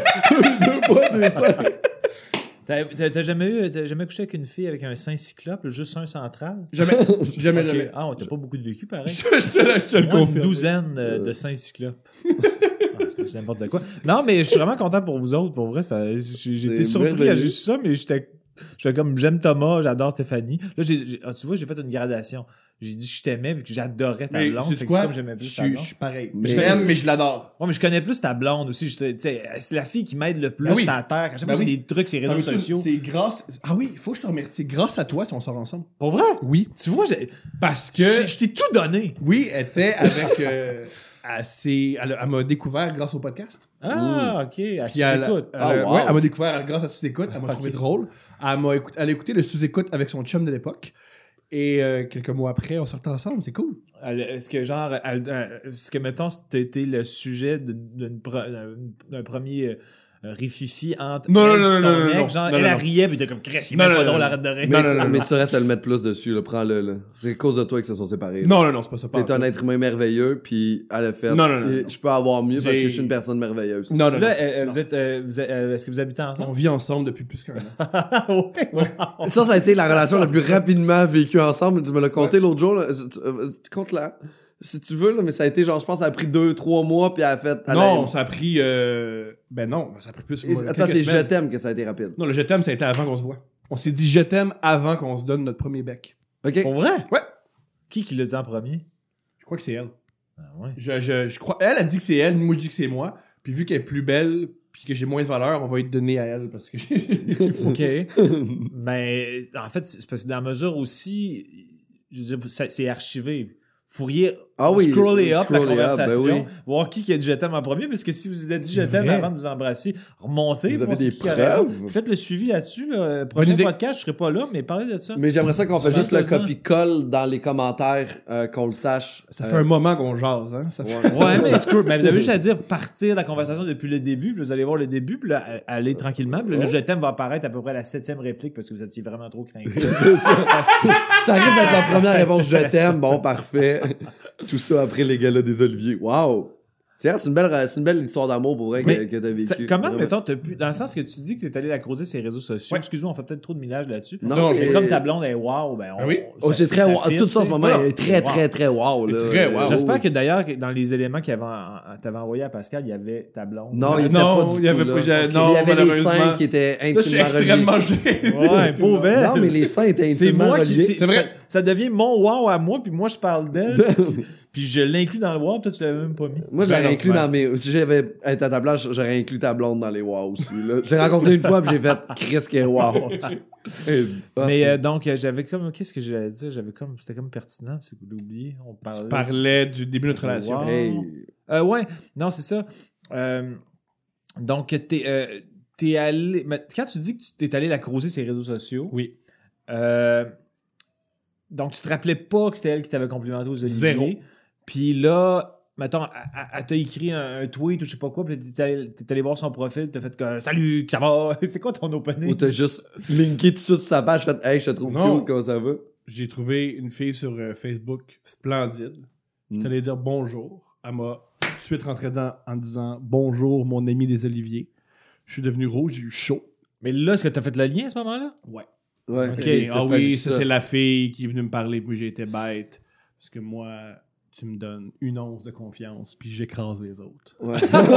fois des seins. T'as t'as- t'as jamais eu, t'as jamais couché avec une fille avec un sein cyclope, juste un central? Jamais, jamais, Ok. jamais. Ah, on t'a pas beaucoup de vécu, pareil. Je te, je te le- je te le Moi, une confirme. douzaine euh, de seins cyclopes. Ah, c'est c'est n'importe quoi. Non, mais je suis vraiment content pour vous autres. Pour vrai, ça- j'ai j'ai été C'est surpris quand merveilleux. j'ai su ça, mais j'étais j'étais comme j'aime Thomas, j'adore Stéphanie. Là, j'ai, j'ai- ah, tu vois, j'ai fait une gradation. J'ai dit que je t'aimais et que j'adorais ta Mais blonde. sais-tu Fait que quoi? c'est comme j'aimais plus Je ta suis- blonde. je suis pareil. Mais- je l'aime, mais je l'adore. Ouais, mais je connais plus ta blonde aussi. Je te- tu sais, c'est la fille qui m'aide le plus Ben oui. sur la terre. Quand chaque Ben fois, j'ai oui. des trucs sur les réseaux T'as vu ça? sociaux. C'est grâce. Ah oui, il faut que je te remercie. C'est grâce à toi si on sort ensemble. Pour vrai? Oui. Tu vois, j'ai- Parce que. je je t'ai tout donné. Oui, elle était avec. euh, elle, s'est- elle, elle m'a découvert grâce au podcast. Ah, ok. Elle Puis elle, s'écoute. elle- Ah, wow. ouais, elle m'a découvert grâce à sous-écoute. Elle m'a Ok. trouvé drôle. Elle m'a écouté, elle a écouté le sous-écoute avec son chum de l'époque. Et euh, quelques mois après, on sortait ensemble. C'est cool. Elle- Est-ce que, genre, elle- euh, est-ce que, mettons, c'était le sujet d'une- d'une pre- d'un d'un premier euh, rififi entre Non, elle non, et non, son non, non, mec, non. genre, Non, elle, non, elle non. riait, puis t'es comme, Chris, il est Non, même non, pas non, drôle, non. arrête de rire. Mais, non, tu, non, mais non. tu saurais te le mettre plus dessus, là. Prends-le, là. C'est à cause de toi que se sont séparés. là. Non, non, non, c'est pas ça. pas T'es en un tout. être humain merveilleux, puis elle a fait. Non, non, non, et non. Je peux avoir mieux parce que J'ai- je suis une personne merveilleuse. Non, non, non. Là, euh, Non. vous êtes, euh, vous êtes- euh, est-ce que vous habitez On ensemble? vit ensemble depuis plus qu'un an. ouais. Wow. Ça, ça a été la relation la plus rapidement vécue ensemble. Tu me l'as compté l'autre jour. Là. Tu, euh, tu comptes là. Si tu veux, là, mais ça a été genre, je pense, ça a pris deux, trois mois, puis elle a fait. elle Non, a- ça a pris. euh, Ben non, ça a pris plus. Et- moi, Attends, quelques c'est je semaines. t'aime que ça a été rapide. Non, le je t'aime, ça a été avant qu'on se voit. On s'est dit je t'aime avant qu'on se donne notre premier bec. Ok. Pour vrai? Ouais. Qui qui l'a dit en premier? Je crois que c'est elle. Ah, ouais. Je, je, je crois. Elle a dit que c'est elle, moi je dis que c'est moi. Puis vu qu'elle est plus belle, puis que j'ai moins de valeur, on va être donné à elle parce que. OK. Mais en fait, c'est parce que dans la mesure aussi, je veux dire, ça- c'est archivé. Fourier, Ah oui, scroller up la scroller up, ben conversation, oui. voir qui qui a dit je t'aime en premier, parce que si vous avez dit je C'est t'aime vrai. avant de vous embrasser, remontez. Vous avez voir c'est des qui qui a raison. preuves? Faites le suivi là-dessus. Là. Prochain idée. podcast, je serai pas là, mais parlez de ça. Mais j'aimerais ça qu'on fait Souvent, juste le faisant. copie-colle dans les commentaires, euh, qu'on le sache. Ça Euh, fait un moment qu'on jase, hein. Ça fait... ouais. Ouais, mais, screw- mais vous avez juste à dire partir la conversation depuis le début, puis vous allez voir le début, puis là, aller tranquillement. Puis là, le je t'aime va apparaître à peu près à la septième réplique parce que vous étiez vraiment trop craqué. Ça risque d'être la première réponse je t'aime. Bon, parfait. Tout ça après les galas des Oliviers. Waouh! C'est vrai, c'est une belle, c'est une belle histoire d'amour pour vrai que, Mais que t'as Ça- vécu. comment, Vraiment. mettons, t'as pu. Dans le sens que tu dis que t'es allé la creuser sur les réseaux sociaux. Ouais. Excuse-moi, on fait peut-être trop de millage là-dessus. Non, Non, Mais mais- comme ta blonde est wow, ben on. Ah oui. Oh, ça c'est fit, très ça wow. fit, Tout ça en tu ce moment sais. est très, Wow. très, très wow. Là. Très wow. J'espère que d'ailleurs, que dans les éléments qu'il y avait en- t'avais envoyé à Pascal, il y avait ta blonde. Non, il était Non, pas du il y avait tout, pas- là. j'ai- Ok. non, il y avait les malheureusement. seins qui étaient Là, je suis intimement reliés. extrêmement gêné. Ouais, pauvre elle. Non, mais les seins étaient C'est intimement moi qui. reliés. C'est C'est vrai. Ça, ça devient mon wow à moi, puis moi je parle d'elle. Puis je l'inclus dans le wow, toi tu l'avais même pas mis. Moi, je Ben l'aurais non, inclus ouais. dans mes. Si j'avais été à ta place, j'aurais inclus ta blonde dans les wow aussi. Là. J'ai rencontré une fois, puis j'ai fait Chris qui est wow. Et- ah, Mais euh, donc, euh, j'avais comme. Qu'est-ce que j'allais dire? J'avais comme. C'était comme pertinent, c'est que vous l'oubliez. On parlait. Tu parlais du début de notre relation. Wow. hey. Euh, ouais, non, c'est ça. Euh, donc, t'es, euh, t'es allé. Mais quand tu dis que tu t'es allé la creuser sur les réseaux sociaux, Oui. euh, donc tu te rappelais pas que c'était elle qui t'avait complimenté aux Oliviers. Zéro. Puis là, mettons, elle, elle- elle t'a écrit un, un tweet ou je sais pas quoi, puis t'es allé, t'es allé voir son profil, t'as fait que salut, que ça va? C'est quoi ton Ou opening? t'as juste linké tout de suite sur sa page, fait Hey, je te trouve Non. cool, comment ça va? J'ai trouvé une fille sur euh, Facebook splendide. Je Mm. t'allais dire bonjour. Elle m'a tout de suite rentré dedans en disant bonjour, mon ami des Oliviers. Je suis devenu rouge, j'ai eu chaud. Mais là, est-ce que t'as fait le lien à ce moment-là? Ouais. Ouais, Ok, ok, ah ça oui, fait ça, c'est la fille qui est venue me parler, puis j'ai été bête. Parce que moi, tu me donnes une once de confiance, puis j'écrase les autres. Ouais.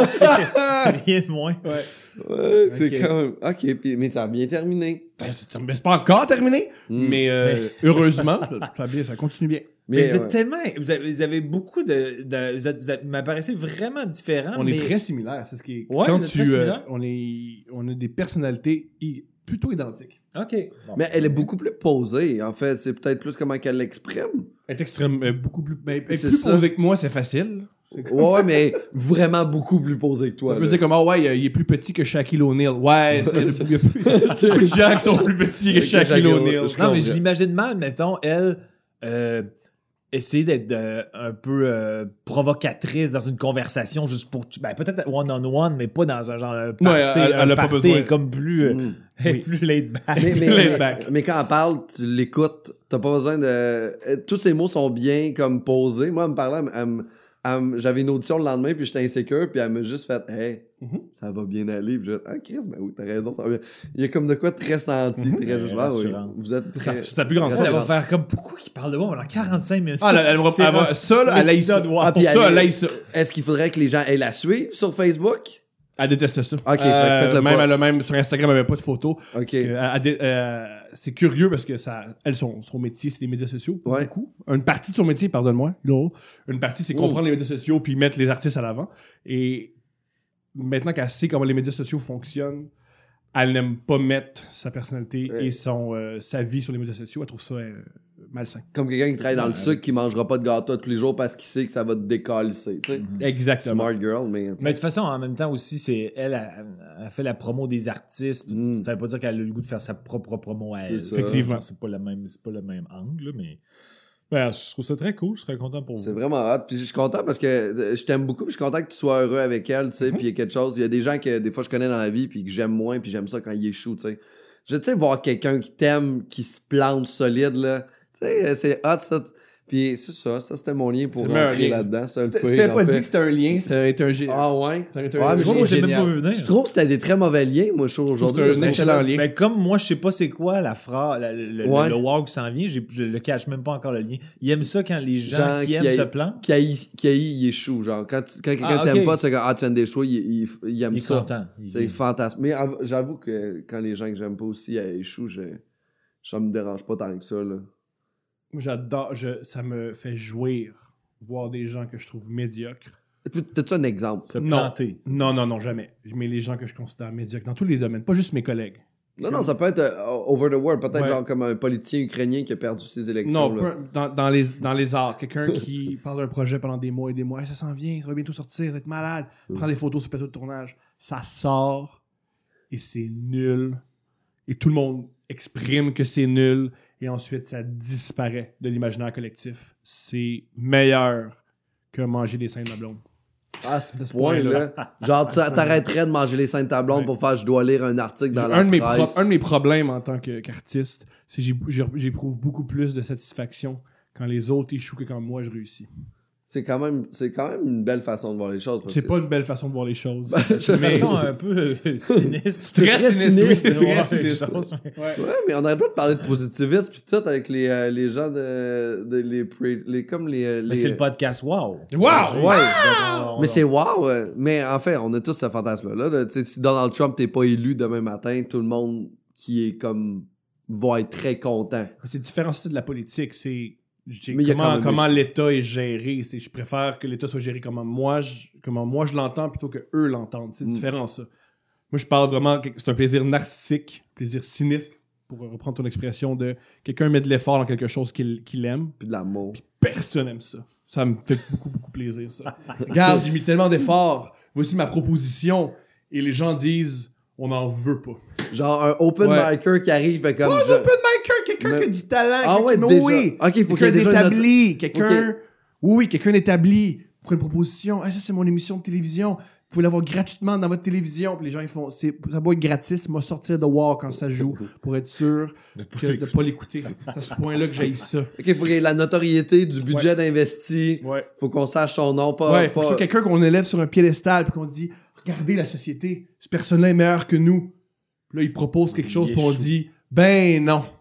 Rien de moins. Ouais. Ouais, c'est Ok. quand même. Ok, puis- mais ça a bien terminé. Ben, c'est, ben, c'est pas encore terminé, Mm. mais, euh, heureusement, ça, ça, bien, ça continue bien. Mais, Mais vous êtes ouais. tellement. Vous avez, vous avez beaucoup de. de vous êtes, vous êtes- m'apparaissez vraiment différents. On mais... est très similaires, c'est ce qui est. Ouais, quand vous êtes tu, très euh, similaires. on est, on a des personnalités i- plutôt identiques. Ok. Bon. Mais elle est beaucoup plus posée, en fait. C'est peut-être plus comment qu'elle l'exprime. Être extrême, euh, beaucoup plus, ben, être C'est plus ça. posé que moi, c'est facile. C'est comme- Ouais, mais vraiment beaucoup plus posée que toi. On peut là. dire comme, ah ouais, il est plus petit que Shaquille O'Neal. Ouais, c'est le il y a plus- beaucoup de gens qui sont plus petits que Que Shaquille Shaquille O'Neal. O'Neal. Non, mais comprends. je l'imagine mal, mettons, elle. Euh, essayer d'être euh, un peu euh, provocatrice dans une conversation juste pour ben, peut-être one-on-one mais pas dans un genre un party, Ouais, elle- un elle a pas party besoin. comme plus euh, Mm. Oui. plus laid back. Mais, mais, Laid mais, back. mais quand elle parle, tu l'écoutes. T'as pas besoin de. euh, Tous ces mots sont bien comme posés. Moi, elle me parlait, elle me- elle me- elle me- j'avais une audition le lendemain, puis j'étais insécure, puis elle m'a juste fait Hey, Mhm. ça va bien aller. Puis j'ai fait Ah, Chris, ben oui, t'as raison, ça va bien. Il y a comme de quoi très senti, très juste. Ah, oui, rassurant. vous êtes Ça- très. C'est la plus grande très Elle va force. rassurant. faire comme pourquoi qu'il parle de moi pendant quarante-cinq minutes. Ah, elle, elle, elle, C'est elle va- un- ça, là, elle haït ça. l'épisode, wow. Ah, Pour puis ça, elle- elle haït ça. Est-ce qu'il faudrait que les gens aient la suivre sur Facebook? Elle déteste ça. Ok, fait que faites-le même, pas. elle a même sur Instagram, elle avait pas de photos. Ok. Parce que, elle- elle dé- euh, c'est curieux parce que ça, elle, son, son métier, c'est les médias sociaux. Ouais. Beaucoup. Une partie de son métier, pardonne-moi. Gros. Une partie, c'est comprendre les médias sociaux puis mettre les artistes à l'avant. Et maintenant qu'elle sait comment les médias sociaux fonctionnent, elle n'aime pas mettre sa personnalité Ouais. et son, euh, sa vie sur les médias sociaux. Elle trouve ça euh, malsain. Comme quelqu'un qui travaille dans le sucre qui mangera pas de gâteau tous les jours parce qu'il sait que ça va te décalisser. Tu sais. Exactement. Smart girl, mais. Mais de toute façon, en même temps aussi, c'est elle a, a fait la promo des artistes. Mm. Ça veut pas dire qu'elle a le goût de faire sa propre promo à C'est elle. ça. Effectivement. C'est pas le même, c'est pas le même angle, mais. Ben, je trouve ça très cool. Je serais content pour C'est vous. vraiment hot. Puis je suis content parce que euh, je t'aime beaucoup. Puis je suis content que tu sois heureux avec elle, tu sais. Puis il y a quelque chose. Il y a des gens que des fois je connais dans la vie puis que j'aime moins. Puis j'aime ça quand ils échouent, tu sais. Je tu sais voir quelqu'un qui t'aime, qui se plante solide là. Tu sais, euh, c'est hot ça. Puis c'est ça. Ça c'était mon lien pour C'est le meilleur rentrer lien. là-dedans. C'est un C'était pire, c'était en pas fait. dit que c'était un lien, ça aurait été un gé- Ah ouais. ça aurait été Ouais, un mais Tu vois, moi, j'ai même génial. pas vu venir. Je trouve que c'était des très mauvais liens, moi, je trouve aujourd'hui. C'est un excellent lien. Mais comme moi, je sais pas c'est quoi la phrase, la- le, le, Ouais. le wow qui s'en vient, j'ai- je le cache même pas encore le lien. Il aime ça quand les gens Gens qui qui aiment aillent- se plantent. Qui haït, qui haït, il échoue. Genre, quand, tu- quand quelqu'un Ah, t'aime ok. pas, tu sais, quand, ah, tu viens d'échouer, il, il, il aime Il est ça. content. Il- C'est fantastique. Mais av- j'avoue que quand les gens que j'aime pas aussi euh, échouent, je, ça me dérange pas tant que ça, là. Moi, j'adore, je, ça me fait jouir voir des gens que je trouve médiocres. T'as-tu un exemple? se Non. planter. Non, non, non, jamais. Mais les gens que je considère médiocres dans tous les domaines, pas juste mes collègues. Non, non, ça peut être euh, over the world. Peut-être Ouais. genre comme un politicien ukrainien qui a perdu ses élections. Non, là. peu- dans, dans, les, dans les arts. Quelqu'un qui parle d'un projet pendant des mois et des mois. Hey, ça s'en vient, ça va bientôt sortir, ça va être malade. Prend des photos sur le plateau de tournage. Ça sort et c'est nul. Et tout le monde exprime que c'est nul. Et ensuite, ça disparaît de l'imaginaire collectif. C'est meilleur que manger des seins de ma blonde. Ah, c'est ce ce point-là. Genre, tu t'arrêterais de manger les seins de ta blonde Ouais. pour faire « je dois lire un article dans la un, de mes presse pro- un de mes problèmes en tant que- qu'artiste, c'est que j'ai- j'ai- j'éprouve beaucoup plus de satisfaction quand les autres échouent que quand moi je réussis. C'est quand même, c'est quand même une belle façon de voir les choses. parce C'est que- pas une belle façon de voir les choses. C'est De Mais- façon un peu euh, sinistre. Très très sinistre, sinistre, oui, Ouais, très sinistre. je pense, mais- Ouais, mais on arrête pas de parler de positivisme pis tout avec les, euh, les gens de, de les, pre- les comme les, euh, Mais les- c'est le podcast Wow. Wow! Ouais. Donc, on- Mais c'est wow, euh, mais en fait, on a tous ce fantasme-là. Là. Tu sais, si Donald Trump t'es pas élu demain matin, tout le monde qui est comme va être très content. C'est différent c'est de la politique. C'est je sais Mais il y a quand comment, même comment des- l'État est géré. C'est, je préfère que l'État soit géré comment moi je, comment moi je l'entends plutôt que eux l'entendent. C'est Mm. différent ça. Moi je parle vraiment que c'est un plaisir narcissique, plaisir cynique, pour reprendre ton expression de quelqu'un met de l'effort dans quelque chose qu'il, qu'il aime. Puis de l'amour. Personne aime ça. Ça me fait beaucoup, beaucoup plaisir, ça. Regarde, j'ai mis tellement d'efforts. Voici ma proposition. Et les gens disent, on n'en veut pas. Genre un open Ouais. micer qui arrive fait comme. Oh, je- open micer, quelqu'un Mais- qui a du talent. Ah ouais, quelqu'un- déjà. oui. Ok, il faut qu'il y ait Quelqu'un déjà une d'établi. Quelqu'un... Ok. Oui, oui, quelqu'un d'établi. Pour une proposition. Ah, ça, c'est mon émission de télévision. Vous pouvez l'avoir gratuitement dans votre télévision. Puis les gens, ils font, c'est, ça doit être gratis. Moi, sortir de War quand ça joue pour être sûr que, de pas l'écouter. C'est à ce point-là que j'ai ça. Ok, il faut qu'il y ait la notoriété du budget d'investi. Ouais. Faut qu'on sache son nom, pas. Ouais, faut pas... que ce soit quelqu'un qu'on élève sur un piédestal puis qu'on dit regardez la société, cette personne-là est meilleure que nous. Puis là, il propose quelque chose Il puis on échoue. dit ben non. Ça,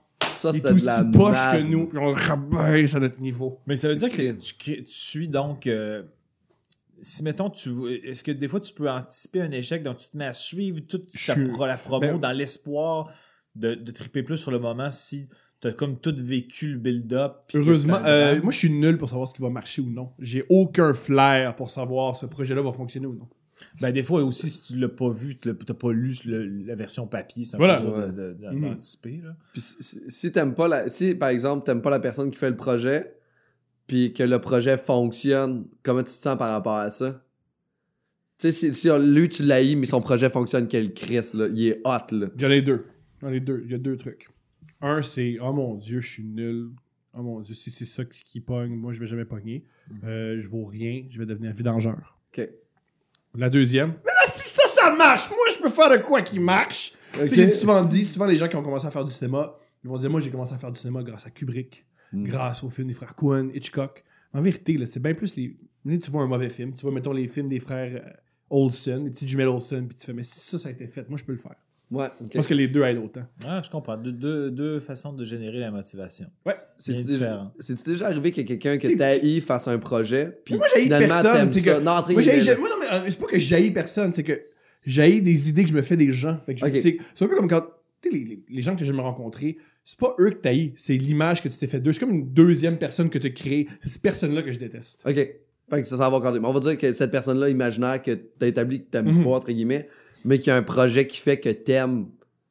ça, il est c'était de aussi la poche merde. que nous, puis on le rabaisse à notre niveau. Mais ça veut dire que tu, crées- tu suis donc... euh, si, mettons, tu est-ce que des fois, tu peux anticiper un échec, donc tu te mets à suivre toute Je ta suis- pro- la promo ben- dans l'espoir de, de triper plus sur le moment si t'as comme tout vécu le build-up. puis que Heureusement, c'est un euh, drame? moi je suis nul pour savoir ce qui va marcher ou non. J'ai aucun flair pour savoir ce projet-là va fonctionner ou non. Ben, des fois aussi, si tu l'as pas vu, tu l'as- t'as pas lu le- la version papier, c'est un Voilà. peu dur Ouais. de- de- de- Mhm. d'anticiper. Là. Puis si, si- si t'aimes pas la. Si par exemple t'aimes pas la personne qui fait le projet, puis que le projet fonctionne, comment tu te sens par rapport à ça? Tu sais, si, si lui tu l'haïs, mais son projet fonctionne, quel Chris, là. Il est hot, là. J'en ai deux. J'en ai deux. Il y a deux trucs. Un, c'est oh mon Dieu, je suis nul. Oh mon Dieu, si c'est ça qui, qui pogne, moi je vais jamais pogner. Euh, je vaux rien, je vais devenir vidangeur. Ok. La deuxième. Mais là, si ça, ça marche, moi je peux faire de quoi qui marche. Ok. Tu sais, j'ai souvent dit, souvent les gens qui ont commencé à faire du cinéma, ils vont dire moi j'ai commencé à faire du cinéma grâce à Kubrick, Mm. grâce au film des frères Coen, Hitchcock. En vérité, là, c'est bien plus les. Tu vois un mauvais film, tu vois, mettons, les films des frères euh, Olsen, les petites jumelles Olsen, puis tu fais, mais si ça, ça a été fait, moi je peux le faire. Ouais, ok. Je pense que les deux aident autant. Ah, je comprends. Deux, deux, deux façons de générer la motivation. Ouais. C'est-tu bien déjà, différent. c'est-tu déjà arrivé que quelqu'un que t'haïs fasse un projet, puis moi, j'haïs finalement personne, t'aimes c'est ça? que- Non, entre Moi, guillemets, j'haïs- là. moi, non, mais euh, c'est pas que j'haïs personne, c'est que j'haïs des idées que je me fais des gens. Fait que je- Ok. c'est, c'est un peu comme quand. Tu sais, les, les, les gens que j'ai jamais rencontrés, c'est pas eux que t'haïs, c'est l'image que tu t'es fait d'eux. C'est comme une deuxième personne que tu as créée. C'est cette personne-là que je déteste. Ok. Fait que ça, ça va compter. Mais on va dire que cette personne-là imaginaire que t'as établi que t'aimes Mhm. pas, entre guillemets, mais qui a un projet qui fait que t'aimes.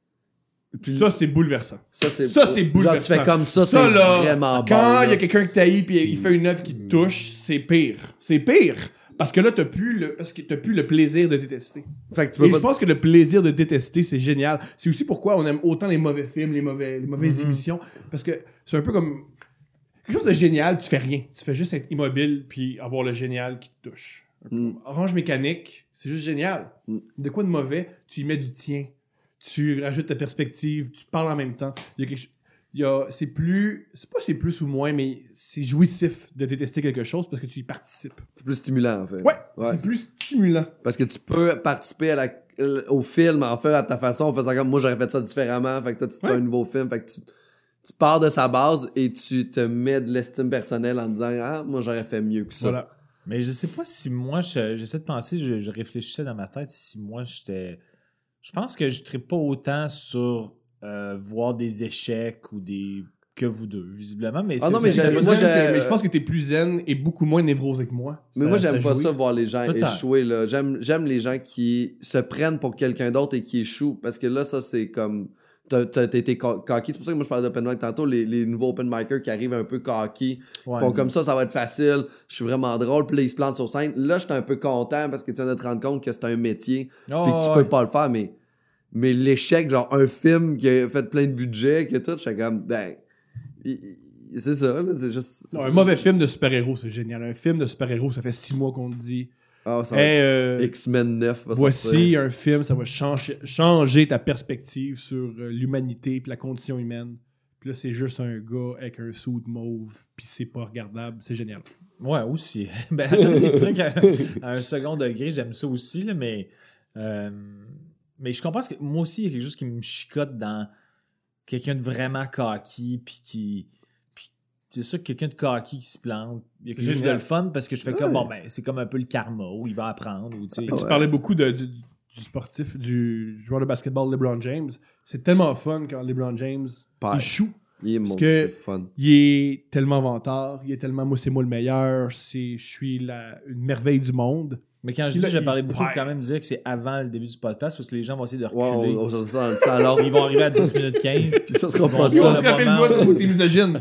Puis Ça, c'est bouleversant. ça, c'est. Ça, c'est Genre, bouleversant. tu fais comme ça, Ça, c'est là, vraiment bon. Quand il y là. a quelqu'un que t'haïs puis il fait une œuvre qui te touche, c'est pire. C'est pire. Parce que là, t'as plus le, parce que t'as plus le plaisir de détester. Fait que tu Et peux je pas. pense que le plaisir de détester, c'est génial. C'est aussi pourquoi on aime autant les mauvais films, les, mauvais, les mauvaises Mm-hmm. émissions. Parce que c'est un peu comme. Quelque chose de génial, tu fais rien. Tu fais juste être immobile puis avoir le génial qui te touche. Un peu Mm. comme Orange Mécanique, c'est juste génial. Mm. De quoi de mauvais, tu y mets du tien. Tu rajoutes ta perspective, tu parles en même temps. Il y a quelque chose. Il y a, c'est plus. C'est pas c'est plus ou moins, mais c'est jouissif de détester quelque chose parce que tu y participes. C'est plus stimulant, en fait. Ouais, Ouais. c'est plus stimulant. Parce que tu peux participer à la, au film, en fait, à ta façon, en faisant comme moi, j'aurais fait ça différemment. Fait que toi, tu te fais Ouais. un nouveau film. Fait que tu, tu pars de sa base et tu te mets de l'estime personnelle en disant, ah, moi, j'aurais fait mieux que ça. Voilà. Mais je sais pas si moi, je- j'essaie de penser, je, je réfléchissais dans ma tête si moi j'étais. Je pense que je ne pas autant sur euh, voir des échecs ou des. que vous deux, visiblement. Mais Ah c'est- non, mais c'est- j'avais- ça veut moi, dire j'ai- mais je pense que t'es plus zen et beaucoup moins névrosé que moi. Mais moi, j'aime pas jouit. ça voir les gens Peut-être. échouer, là. J'aime, j'aime les gens qui se prennent pour quelqu'un d'autre et qui échouent. Parce que là, ça, c'est comme. T'as, t'as, t'as été co- cocky. C'est pour ça que moi, je parlais d'open mic tantôt. Les, les nouveaux open micers qui arrivent un peu cocky. Ouais. Font comme ça, ça va être facile. Je suis vraiment drôle. Puis là, ils se plantent sur scène. Là, j'étais un peu content parce que tu viens de te rendre compte que c'est un métier. Oh, Puis que tu ouais. peux pas le faire. Mais, mais l'échec, genre un film qui a fait plein de budget, que tout, j'étais comme, ben. il- il- C'est ça, là. C'est juste. Non, c'est- un mauvais film de super-héros, c'est génial. Un film de super-héros, ça fait six mois qu'on te dit Ah, ça va hey, être euh, X-Men neuf va voici sortir. un film, ça va changer, changer ta perspective sur euh, l'humanité puis la condition humaine. Puis là, c'est juste un gars avec un suit mauve, puis c'est pas regardable. C'est génial. Ouais, aussi. ben, des trucs à, à un second degré, j'aime ça aussi, là, mais. euh, mais je comprends que moi aussi, il y a quelque chose qui me chicote dans quelqu'un de vraiment cocky, puis qui. puis c'est sûr que quelqu'un de cocky qui se plante, il y a quelque C'est chose de génial. le fun parce que je fais Ouais. comme, bon, ben, c'est comme un peu le karma où il va apprendre, ou tu sais. Puis Tu parlais beaucoup de, du, du sportif, du joueur de basketball LeBron James. C'est tellement fun quand LeBron James Père. échoue. Il est mon Parce Dieu, que- c'est le fun. Il est tellement vantard, il est tellement moi c'est moi le meilleur, c'est je suis la une merveille du monde. Mais quand je Il dis, a- je il- parlais beaucoup, il ouais. faut quand même dire que c'est avant le début du podcast parce que les gens vont essayer de Ouais, on, reculer. on change ça dans le salon. Ils vont arriver à dix minutes quinze. Puis ça sera pas Ils vont On ça. se le rappelle moment moi t'es misogyne.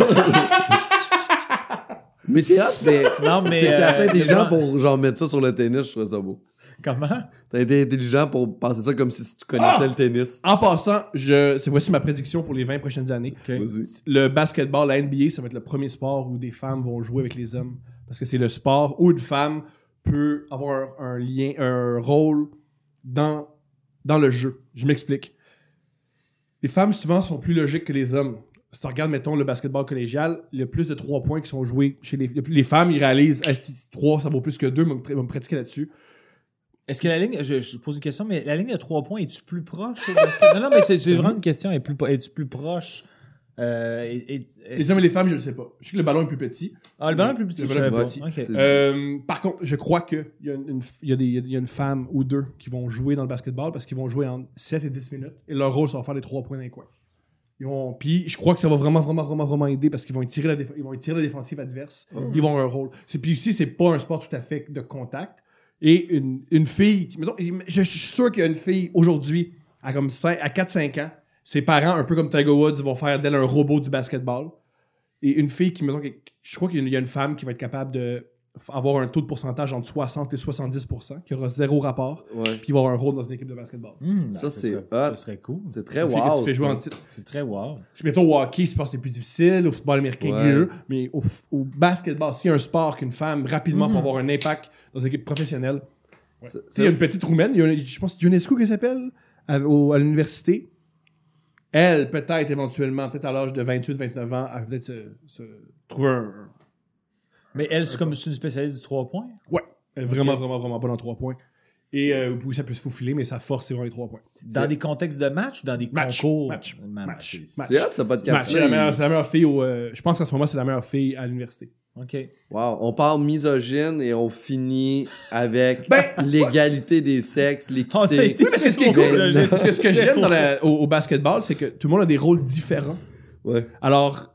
Mais c'est hot, mais. Non, mais. C'était euh, assez intelligent devant- pour genre mettre ça sur le tennis, je trouvais ça beau. Comment? T'as été intelligent pour penser ça comme si tu connaissais Ah! le tennis. En passant, je c'est voici ma prédiction pour les vingt prochaines années. Vas-y. Le basketball, la N B A, ça va être le premier sport où des femmes vont jouer avec les hommes. Parce que c'est le sport où une femme peut avoir un, un lien, un rôle dans, dans le jeu. Je m'explique. Les femmes, souvent, sont plus logiques que les hommes. Si tu regardes, mettons, le basketball collégial, il y a plus de trois points qui sont joués chez les, les femmes. Ils réalisent, ah, si trois, ça vaut plus que deux, ils vont me- me pratiquer là-dessus. Est-ce que la ligne, je, je pose une question, mais la ligne de trois points, es-tu plus proche au basket? Non, non, mais c'est, c'est vraiment une question. Es-tu plus, es-tu plus proche Euh, et, et- et- Les hommes et les femmes, je le sais pas. Je sais que le ballon est plus petit. Ah, le ballon est plus petit. Le je ballon savais est pas. plus Ok. C'est- Euh, par contre, je crois que il y a une, il y a des, il y a une femme ou deux qui vont jouer dans le basketball parce qu'ils vont jouer en sept et dix minutes. Et leur rôle, ça va faire les trois points dans les coins. Ils vont, puis je crois que ça va vraiment, vraiment, vraiment, vraiment aider parce qu'ils vont étirer la, déf- ils vont étirer la défensive adverse. Ils vont avoir un rôle. C'est, puis aussi, c'est pas un sport tout à fait de contact. Et une, une fille, qui- mettons, je, je suis sûr qu'il y a une fille aujourd'hui, à comme cinq, à quatre cinq ans, ses parents, un peu comme Tiger Woods, vont faire d'elle un robot du basketball. Et une fille qui, mettons, que- je crois qu'il y a une femme qui va être capable de f- avoir un taux de pourcentage entre soixante et soixante-dix pour cent, qui aura zéro rapport, Ouais. puis il va avoir un rôle dans une équipe de basketball. Hmm, Ça, c'est serait, hot. ça serait cool. C'est très Une fille que wow. tu fais jouer ça. en titre. C'est très wow. Je mettons au hockey, je pense que c'est plus difficile, au football américain, Ouais. mieux, mais au, f- au basketball, s'il y a un sport qu'une femme rapidement peut avoir un impact dans une équipe professionnelle. C'est- Tu sais, il y a une petite roumaine, il y a une- je pense que c'est Ionescu qu'elle s'appelle, à, au- à l'université. Elle, peut-être éventuellement, peut-être à l'âge de vingt-huit vingt-neuf ans, elle va peut-être se, se trouver un. Mais elle, c'est comme c'est une spécialiste du trois points. Ouais, elle est vraiment, Ok. vraiment, vraiment bonne en trois points. Et euh, oui, ça peut se faufiler, mais sa force, c'est vraiment les trois points. Dans C'est- des contextes de match ou dans des Match, concours? match, Ma- match, c'est- match. C'est hot, ce Match. podcast. C'est la meilleure, c'est la meilleure fille au. euh, je pense qu'en ce moment, c'est la meilleure fille à l'université. OK. Wow, on parle misogyne et on finit avec Ben, l'égalité des sexes, On a l'équité. été- Oui, parce que ce qui est C'est cool, bon. parce que ce que j'aime dans la- au, au basketball, c'est que tout le monde a des rôles différents. Ouais. Alors,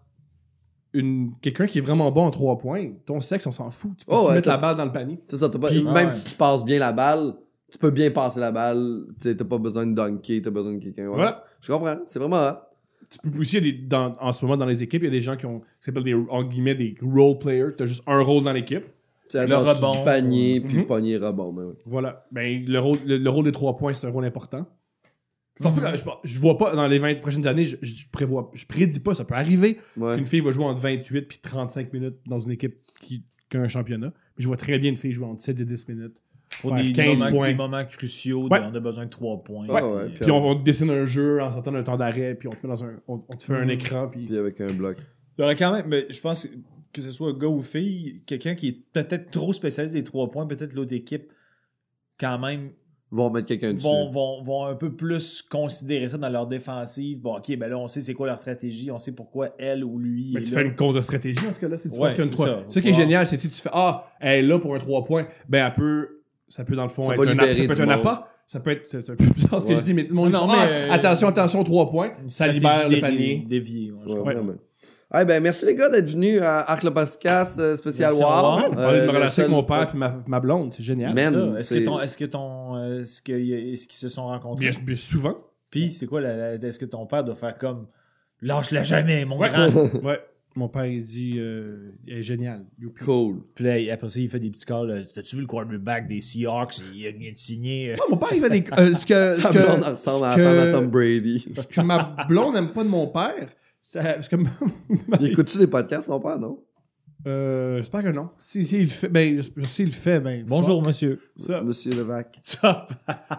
une, quelqu'un qui est vraiment bon en trois points, ton sexe, on s'en fout. Tu peux Oh, ouais, mettre t'as- la balle dans le panier. C'est ça, t'as pas- Puis- même Ah ouais. si tu passes bien la balle, tu peux bien passer la balle. Tu sais, t'as pas besoin de dunker, t'as besoin de quelqu'un. Ouais. Voilà. Je comprends, c'est vraiment hot. Tu peux aussi, il y a des- dans- en ce moment, dans les équipes, il y a des gens qui ont, ce qu'on appelle des, en guillemets, des role players. Tu as juste un rôle dans l'équipe. Tu sais, Le attends, tu- rebond. du panier, puis Mhm. pogner rebond. Ben, ouais. Voilà. Ben, le rôle, le, le rôle des trois points, c'est un rôle important. Je, pense pas que- je, je vois pas, dans les vingt prochaines années, je, je prévois, je prédis pas, ça peut arriver Ouais. qu'une fille va jouer entre vingt-huit puis trente-cinq minutes dans une équipe qui, qui a un championnat. Mais je vois très bien une fille jouer entre sept et dix minutes. Pour Faire des, quinze moments, points. des moments cruciaux, Ouais. de- on a besoin de trois points. Ouais, ouais, Puis, Puis on, on te dessine un jeu en sortant d'un temps d'arrêt, puis on te met dans un, on, on te fait un Mhm. écran, puis Puis avec un bloc. Il y aurait quand même, mais je pense que ce soit gars ou fille, quelqu'un qui est peut-être trop spécialiste des trois points, peut-être l'autre équipe, quand même, Vont mettre quelqu'un dessus. vont, vont, vont un peu plus considérer ça dans leur défensive. Bon, ok, ben là, on sait c'est quoi leur stratégie, on sait pourquoi elle ou lui. mais est tu là. fais une contre-stratégie en ce cas-là. C'est tu Ouais, penses qu'il y a une c'est trois- ça. Ce qui est Ouais. génial, c'est que si tu fais ah, elle est là pour un trois points, ben elle peut, ça peut dans le fond Ça être va un, libérer ça peut être du un monde. appât, ça peut être, c'est c'est un peu bizarre ce que Ouais. je dis, mais tout le monde Non, dit, mais, ah, euh, attention, attention, trois points, Une ça stratégie libère le déviée- panier. déviée, ouais, je Ouais, comprends. vraiment. Ouais, ben, merci les gars d'être venus à Arc le podcast euh, spécial Merci, War. au revoir. On parlait de Euh, ma le relation avec seul- mon père puis ma, ma blonde, c'est génial. Man, Ça. Est-ce c'est- que ton, est-ce que ton, euh, est-ce que y a- est-ce qu'ils se sont rencontrés? Bien, bien souvent. Puis c'est quoi, la, la- est-ce que ton père doit faire comme lâche-la jamais, mon Ouais. grand? Ouais. Mon père, il dit, euh, il est génial. Youpi. Cool. Puis là, après ça, il fait des petits calls. euh, T'as-tu vu le quarterback des Seahawks? Il vient de signer. euh, Non, mon père, il fait des. euh, ce que, ce Ta que- blonde ressemble à ce la femme à que- Tom Brady. ce que ma blonde n'aime pas de mon père, c'est parce que Il écoute-tu des podcasts, ton père, non? Euh, j'espère que non. Si, si il le fait, ben, je, je sais, il le fait, ben. Bonjour, fuck. monsieur. Ça. Monsieur Levac. Top.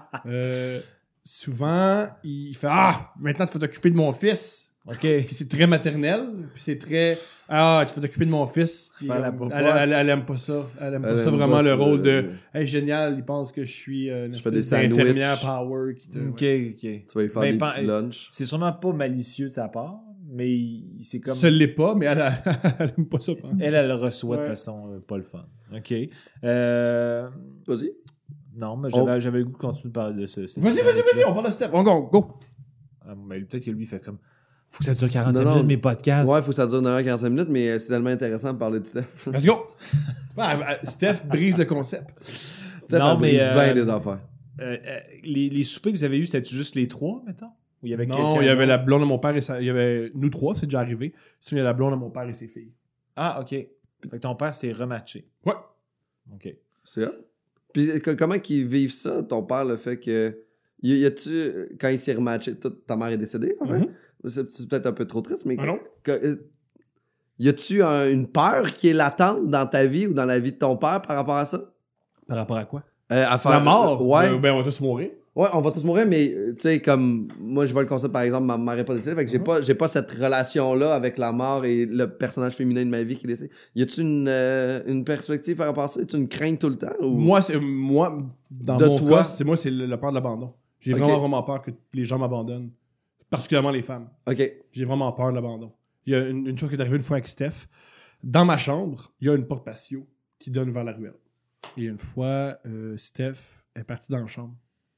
Euh, souvent, il fait ah, maintenant tu vas t'occuper de mon fils. OK. Puis c'est très maternel. Puis c'est très ah, tu vas t'occuper de mon fils. Puis, Faire la euh, popote. elle, elle, elle aime pas ça. Elle aime pas Elle ça aime vraiment pas le ça, rôle de euh, hey, génial. Il pense que je suis euh, une Je fais des espèce d'infirmière sandwichs. power. Qui te, OK, ouais. OK. Tu vas lui faire Mais des pas- petits lunchs. C'est sûrement pas malicieux de sa part, mais il- c'est comme. Ça l'est pas, mais elle, elle, elle aime pas ça. pas. Elle, elle le reçoit de Ouais. façon euh, pas le fun. OK. Euh, Vas-y. non, mais Oh. j'avais, j'avais le goût de continuer de parler de ça. Vas-y, vas-y, vas-y, on parle de Steph. On go, go. Ah, mais peut-être que lui, il fait comme. Faut que ça dure quarante-cinq Non, non. minutes, mes podcasts. Ouais, il faut que ça dure une heure et quarante-cinq minutes, mais euh, c'est tellement intéressant de parler de Steph. Let's go. Ouais, euh, Steph brise le concept. Steph, Non, elle brise mais, euh, bien des affaires. Euh, euh, les, les soupers que vous avez eus, c'était juste les trois, mettons? Ou il y avait Non, quelqu'un il y avait d'autre? la blonde de mon père et sa... il y avait nous trois, c'est déjà arrivé. Sinon, il y a la blonde de mon père et ses filles. Ah, OK. Fait que ton père s'est rematché. Ouais. OK. C'est ça. Puis euh, co- comment qu'ils vivent ça, ton père, le fait que. Y y a-tu. Quand il s'est rematché, toi, ta mère est décédée, en fait? Mhm. C'est c'est peut-être un peu trop triste, mais. Ah non? que- euh, y a-tu un- une peur qui est latente dans ta vie ou dans la vie de ton père par rapport à ça? Par rapport à quoi? Euh, à faire. La mort? Ouais. Euh, ben, on va tous mourir. Ouais, on va tous mourir, mais euh, tu sais, comme moi, je vois le concept, par exemple, ma mère est pas décédée, fait que j'ai Mhm. pas, j'ai pas cette relation-là avec la mort et le personnage féminin de ma vie qui est décédé. Y a-tu une, euh, une perspective par rapport à ça? Y a-tu une crainte tout le temps? Ou... Moi, c'est, moi, dans De mon toi? cas, c'est moi, c'est le, le peur de l'abandon. J'ai Ok. vraiment, vraiment peur que les gens m'abandonnent. particulièrement les femmes. Ok. J'ai vraiment peur de l'abandon. Il y a une, une chose qui est arrivée une fois avec Steph. Dans ma chambre, il y a une porte patio qui donne vers la ruelle. Et une fois, euh, Steph est partie dans la chambre.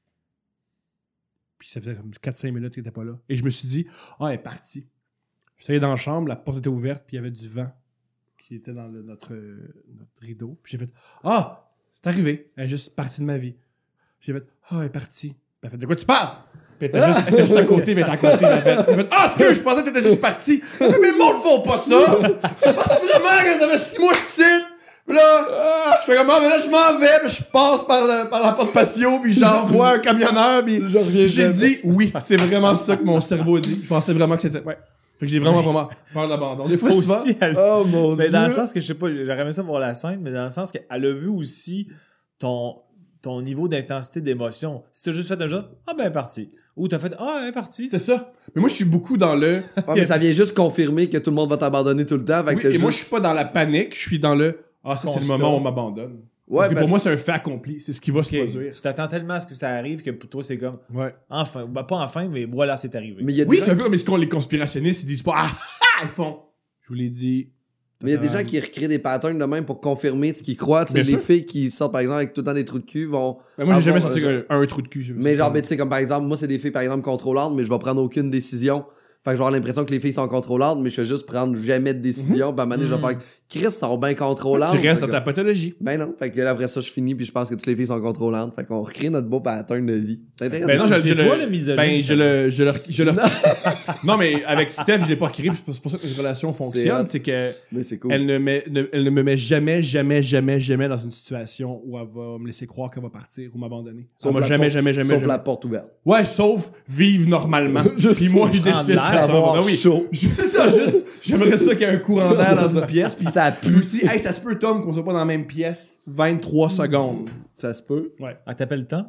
Puis ça faisait comme quatre cinq minutes qu'elle était pas là. Et je me suis dit, ah, elle est partie. Je suis allé dans la chambre, la porte était ouverte, puis il y avait du vent qui était dans le- notre, euh, notre rideau. Puis j'ai fait, ah, c'est arrivé. Elle est juste partie de ma vie. J'ai fait, ah, elle est partie. Puis elle a fait, de quoi tu parles? Puis elle était juste, elle était juste à côté, mais elle était à côté. Elle a fait, elle a fait, ah, tu sais, je pensais que t'étais juste partie. Mais le monde ne font pas ça. Je pense vraiment que ça fait six mois que je cite. Puis là, ah, je fais comment? Mais là, je m'en vais, puis je passe par, le, par la porte patio, puis j'envoie un camionneur, puis Je reviens j'ai jamais. dit oui. C'est vraiment ça que mon cerveau a dit. Je pensais vraiment que c'était. Ouais. Fait que j'ai vraiment, vraiment peur de l'abandon. Des fois, souvent. Aussi, elle... Oh mon mais dieu. dans le sens que je sais pas, j'aurais aimé ça voir la scène, mais dans le sens qu'elle a vu aussi ton, ton niveau d'intensité d'émotion. Si t'as juste fait un jeu, ah ben elle est partie. Ou t'as fait, ah elle est partie. C'est ça. Mais moi, je suis beaucoup dans le. Ouais, mais ça vient juste confirmer que tout le monde va t'abandonner tout le temps. Fait Oui, que et t'as moi, je juste- suis pas dans la panique. Je suis dans le. Ah, ça, c'est le Constat. moment où on m'abandonne. Ouais, Parce que parce- pour moi, c'est un fait accompli. C'est ce qui va Ok. se produire. Tu t'attends tellement à ce que ça arrive que pour toi c'est comme, Ouais. enfin, ben, pas enfin, mais voilà, c'est arrivé. Mais il y a des Oui, gens c'est un peu comme ce qu'on les conspirationnistes, ils disent pas ah, ah, ils font. Je vous l'ai dit. Mais il y a des gens Euh, qui recréent des patterns de même pour confirmer ce qu'ils croient. Tu sais, Bien les sûr. filles qui sortent par exemple avec tout le temps des trous de cul vont. Ben, moi, j'ai jamais avoir, senti euh, un, un trou de cul. je- Mais genre, ben, tu sais, comme par exemple, moi, c'est des filles par exemple contrôlantes, mais je vais prendre aucune décision. Fait que je vais avoir l'impression que les filles sont contrôlantes, mais je vais juste prendre jamais de décision. Puis à un moment donné, je vais faire Chris sont bien contrôlantes. Tu restes Fait dans que- ta pathologie. Ben non. Fait que là, après ça, je finis, puis je pense que toutes les filles sont contrôlantes. Fait qu'on recrée notre beau pattern de vie. C'est intéressant. Ben non, je, C'est je toi le, le misogyne, Ben, je finalement. le, je le, je le. non, mais avec Steph, je l'ai pas créé. C'est pour ça que les relations fonctionnent. hot. C'est que Mais c'est cool. elle ne, met, ne- elle ne me met jamais, jamais, jamais, jamais dans une situation où elle va me laisser croire qu'elle va partir ou m'abandonner. Sauf Elle va la jamais, porte- jamais, jamais, Sauf jamais. la porte ouverte. Ouais, sauf vivre normalement. Puis moi, je prendre décide l'air, qu'elle va- avoir Ben oui. chaud. C'est ça, juste. J'aimerais ça qu'il y ait un courant d'air dans une pièce. Puis Ça puis pue. aussi, hey, ça se peut, Tom, qu'on soit pas dans la même pièce vingt-trois secondes. Ça se peut. Ouais. Ah, t'appelles Tom?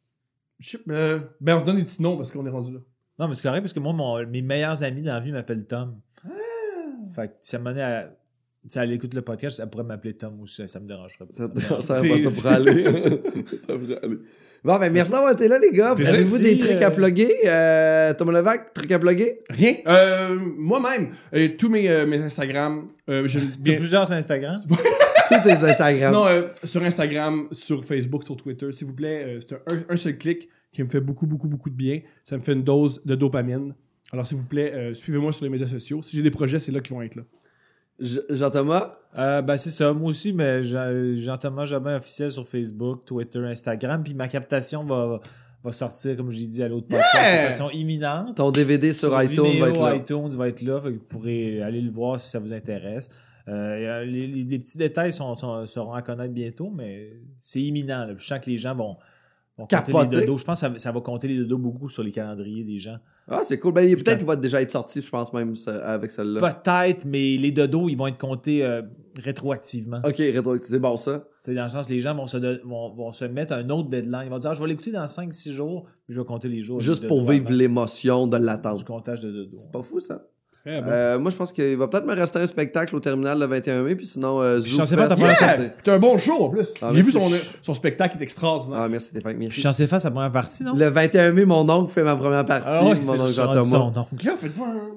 Je sais- euh, ben, on se donne des petits noms parce qu'on est rendu là. Non, mais c'est correct parce que moi, mon- mes meilleurs amis dans la vie m'appellent Tom. Ah. Fait que si elle m'en est à. Si elle écoute le podcast, elle pourrait m'appeler Tom aussi, ça me dérangerait pas. Ça, me dérange ça, C'est- va, ça pourrait aller. ça pourrait aller. Bon, ben merci d'avoir été là, les gars. Plaisir. Avez-vous des Merci, trucs euh, à plugger? Euh, Thomas Levac, trucs à plugger? Rien. Euh, moi-même, euh, tous mes, euh, mes Instagram, euh, je T'as bien- plusieurs sur Instagram? Tous tes Instagram. Non, euh, sur Instagram, sur Facebook, sur Twitter, s'il vous plaît, euh, c'est un, un seul clic qui me fait beaucoup, beaucoup, beaucoup de bien. Ça me fait une dose de dopamine. Alors, s'il vous plaît, euh, suivez-moi sur les médias sociaux. Si j'ai des projets, c'est là qu'ils vont être là. Je- Jean-Thomas? Euh, ben c'est ça, moi aussi, mais Jean- Jean-Thomas Jobin officiel sur Facebook, Twitter, Instagram, puis ma captation va, va sortir, comme je l'ai dit à l'autre podcast, Yeah! de façon imminente. Ton D V D sur, iTunes Vimeo, va être là. iTunes va être là, fait que vous pourrez aller le voir si ça vous intéresse. Euh, les, les- les petits détails sont, sont- seront à connaître bientôt, mais c'est imminent. Là. Je sens que les gens vont, vont compter Capoter. les dodos. Je pense que ça, ça va compter les dodos beaucoup sur les calendriers des gens. Ah, c'est cool. Ben, il- peut-être qu'il va déjà être sorti, je pense même, ça- avec celle-là. Peut-être, mais les dodos, ils vont être comptés euh, rétroactivement. Ok, rétro, c'est bon ça. C'est dans le sens les gens vont se, de- vont, vont se mettre un autre deadline. Ils vont dire ah, je vais l'écouter dans cinq six jours, mais je vais compter les jours. Juste les pour dodos vivre avant l'émotion de du l'attente. comptage de dodos. C'est pas fou ça. Très bon. Euh, moi, je pense qu'il va peut-être me rester un spectacle au terminal le vingt et un mai, puis sinon, euh, je pensais pas Zoufest, ta première ça, partie. c'était- T'as un bon show en plus. Ah, J'ai vu merci. son, son spectacle, il est extraordinaire. Ah, merci Stéphane, Je merci. suis censé faire sa première partie, non? Le vingt et un mai, mon oncle fait ma première partie, Ah ouais, mon c'est oncle je suis rendu Jean-Thomas. son oncle. Là, faites-moi un.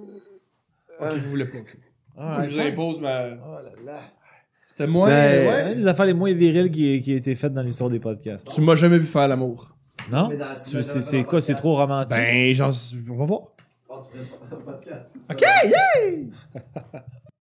Ok, vous voulez pas. ok. Ah, je vous impose ma. Oh là là. C'était moi. Ben, ouais. Ouais, les affaires les moins viriles qui, qui ont été faites dans l'histoire des podcasts. Tu m'as jamais vu faire l'amour. Non? Mais dans- C'est- tu m'as C'est jamais c'est fait quoi? un C'est podcast. trop romantique. Ben, genre, on va voir. Oh, tu ferais ça dans le podcast. Ok, yeah!